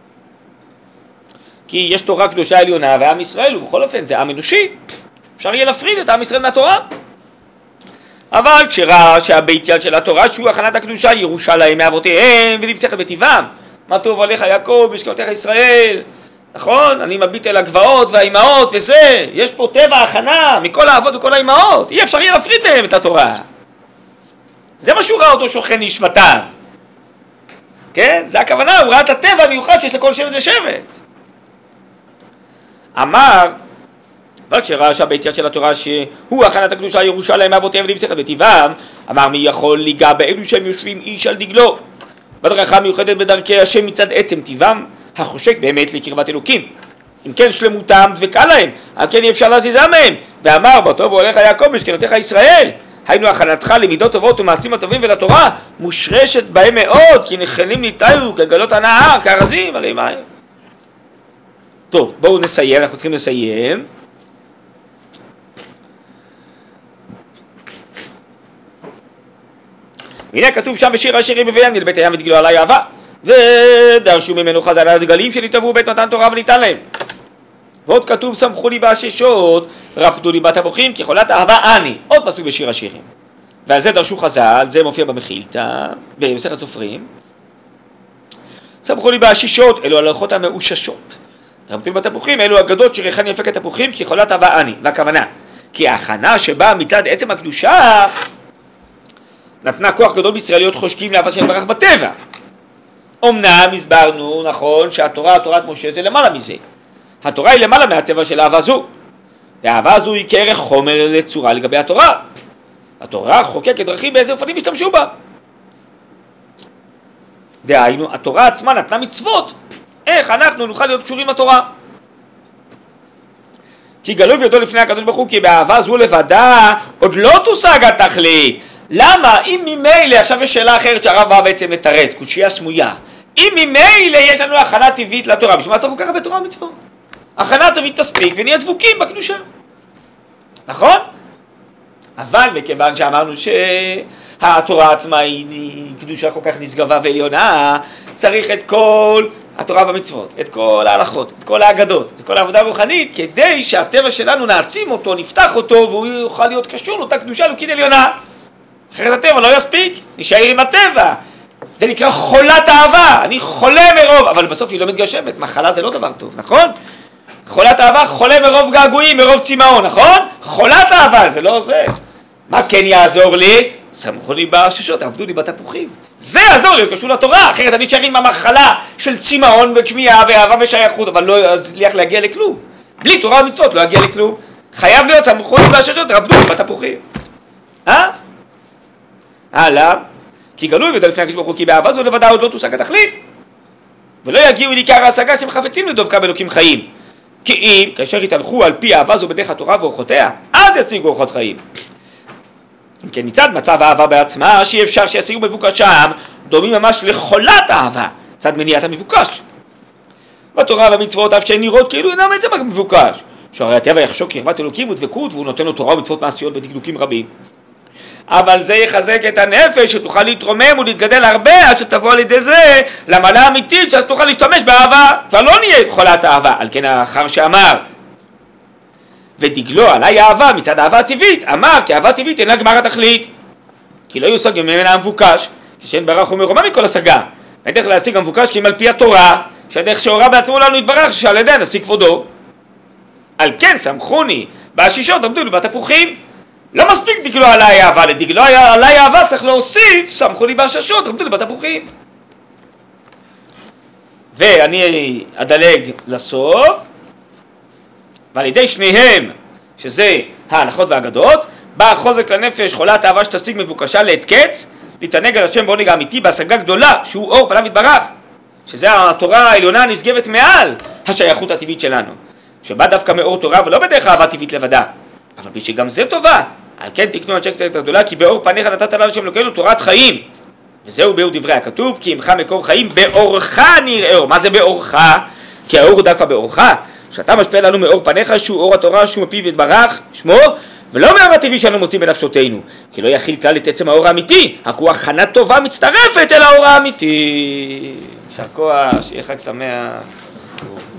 [SPEAKER 1] כי יש תורה קדושה עליונה ועם ישראל, ובכל אופן זה עם אנושי. אפשר יהיה להפריד את עם ישראל מהתורה. אבל כשראה שהבית יד של התורה שהוא הכנת הקדושה ירושה להם מאבותיהם ונמצאת בטבעם. מה טוב עליך יעקב משכנותיך ישראל. נכון? אני מביט אל הגבעות והאימהות וזה. יש פה טבע הכנה מכל האבות וכל האימהות. אי אפשר יהיה להפריד מהם את התורה. זה מה שהוא ראה אותו שוכן נשמתם. כן? זה הכוונה, הוא ראה את הטבע המיוחד שיש לכל שבט ושבט. אמר, אבל כשראה שהבית יד של התורה שהוא הכנת הקדושה ירושה להם מאבותיהם ונמצאת בטבעם, אמר מי יכול ליגע באלו שהם יושבים איש על דגלו. בדרכה מיוחדת בדרכי השם מצד עצם טבעם, החושק באמת לקרבת אלוקים. אם כן שלמותם דבקה להם, על כן אי אפשר להזיזם מהם. ואמר בטוב הולך יעקב משכנותיך ישראל. היינו הכנתך למידות טובות ומעשים הטובים ולתורה, מושרשת בהם מאוד, כי נחלים ניטלו כגלות הנהר, כארזים עלי מים. טוב, בואו נסיים, אנחנו צריכים לסיים. הנה כתוב שם בשיר השירים בויען לבית הים ודגלו עלי אהבה, ודרשו ממנו חז"ל על הדגלים שנתעברו בית מתן תורה וניתן להם. ועוד כתוב שמחו לי בעששות, רפדו לי בתפוחים, כחולת אהבה אני. עוד פסוק בשיר השירים. ועל זה דרשו חז"ל, זה מופיע במחילתא, במסכת סופרים. שמחו לי בעששות, אלו הלכות המאוששות. רפדו לי בתפוחים, אלו אגדות שריחן יפק התפוחים, כחולת אהבה אני. והכוונה, כי ההכנה שבאה מצד עצם הקדושה, נתנה כוח גדול בישראל להיות חושקים לאהבה של ברך בטבע. אמנם הסברנו, נכון, שהתורה, תורת משה זה למעלה מזה. התורה היא למעלה מהטבע של אהבה זו. והאהבה הזו היא כערך חומר לצורה לגבי התורה. התורה חוקקת דרכים באיזה אופנים השתמשו בה. דהיינו, התורה עצמה נתנה מצוות. איך אנחנו נוכל להיות קשורים לתורה? כי גלוי וידוע לפני הקדוש ברוך הוא כי באהבה זו לבדה עוד לא תושג התכלית. למה? אם ממילא, עכשיו יש שאלה אחרת שהרב בא בעצם לתרץ, קושיה סמויה. אם ממילא יש לנו הכנה טבעית לתורה, בשביל מה צריך ככה בתורה ומצוות? הכנה טבעית תספיק ונהיה דבוקים בקדושה. נכון? אבל מכיוון שאמרנו שהתורה עצמה היא קדושה כל כך נשגבה ועליונה, צריך את כל התורה והמצוות, את כל ההלכות, את כל האגדות, את כל העבודה הרוחנית, כדי שהטבע שלנו נעצים אותו, נפתח אותו, והוא יוכל להיות קשור לאותה קדושה אלוקית עליונה. אחרת הטבע לא יספיק, נשאר עם הטבע. זה נקרא חולת אהבה, אני חולה מרוב, אבל בסוף היא לא מתגשמת, מחלה זה לא דבר טוב, נכון? חולת אהבה, חולה מרוב געגועים, מרוב צמאון, נכון? חולת אהבה, זה לא עוזר. מה כן יעזור לי? שמחו לי בעששות, רפדו לי בתפוחים. זה יעזור לי, קשור לתורה, אחרת אני נשאר עם המחלה של צמאון וכמיהה ואהבה ושייכות, אבל לא יצליח להגיע לכלום. בלי תורה ומצוות לא יגיע לכלום. חייב להיות שמחו לי בעששות, רפדו לי בתפוחים. הלאה, כי גלוי ויודע לפני הקדוש ברוך הוא כי באהבה זו לבדה עוד לא תושג התכלית. ולא יגיעו לעיקר ההשגה שהם חפצים לדבקה באלוקים חיים. כי אם, כאשר יתהלכו על פי אהבה זו בדרך התורה ואורחותיה, אז ישיגו אורחות חיים. אם כן, מצד מצב האהבה בעצמה, שאי אפשר שישיגו מבוקשם, דומים ממש לחולת האהבה, צד מניעת המבוקש. בתורה והמצוות אף שהן נראות כאילו אינם את זה מבוקש. שהרי הטבע יחשוק קרבת אלוקים ודבקות, והוא נותן לו תורה ומצוות מעשיות בדקדוקים רבים. אבל זה יחזק את הנפש, שתוכל להתרומם ולהתגדל הרבה, עד שתבוא על ידי זה למעלה אמיתית, שאז תוכל להשתמש באהבה. כבר לא נהיה חולת האהבה, על כן האחר שאמר ודגלו עליי אהבה מצד אהבה הטבעית, אמר כי אהבה טבעית אינה גמר התכלית, כי לא יושג ממנה המבוקש, כשאין ברח ומרומה מכל השגה. הדרך להשיג המבוקש כי אם על פי התורה, שהדרך שהורה בעצמו לנו יתברך, שעל ידי נשיג כבודו. על כן שמחוני בעשישות עמדו לי בתפוחים. לא מספיק דגלו עליי אהבה, לדגלו עליי אהבה צריך להוסיף שמחוני בעשישות עמדו לי בתפוחים. ואני אדלג לסוף, ועל ידי שניהם, שזה ההלכות והאגדות, בא החוזק לנפש חולת אהבה שתשיג מבוקשה לעת קץ, להתענג על השם בעונג האמיתי בהשגה גדולה, שהוא אור פניו יתברך, שזה התורה העליונה הנשגבת מעל השייכות הטבעית שלנו, שבא דווקא מאור תורה ולא בדרך אהבה טבעית לבדה, אבל שגם זה טובה. על כן תקנו אנשי קצת הגדולה, כי באור פניך נתת לנו שם אלוקינו תורת חיים, וזהו באור דברי הכתוב, כי עמך מקור חיים באורך נראה אור. מה זה באורך? כי האור הוא דווקא באורך, שאתה משפיע לנו מאור פניך, שהוא אור התורה, שהוא מפיו יתברך שמו, ולא מאור הטבעי שאנו מוצאים בנפשותנו, כי לא יכיל כלל את עצם האור האמיתי, רק הוא הכנה טובה מצטרפת אל האור האמיתי. יישר כוח, שיהיה חג שמח.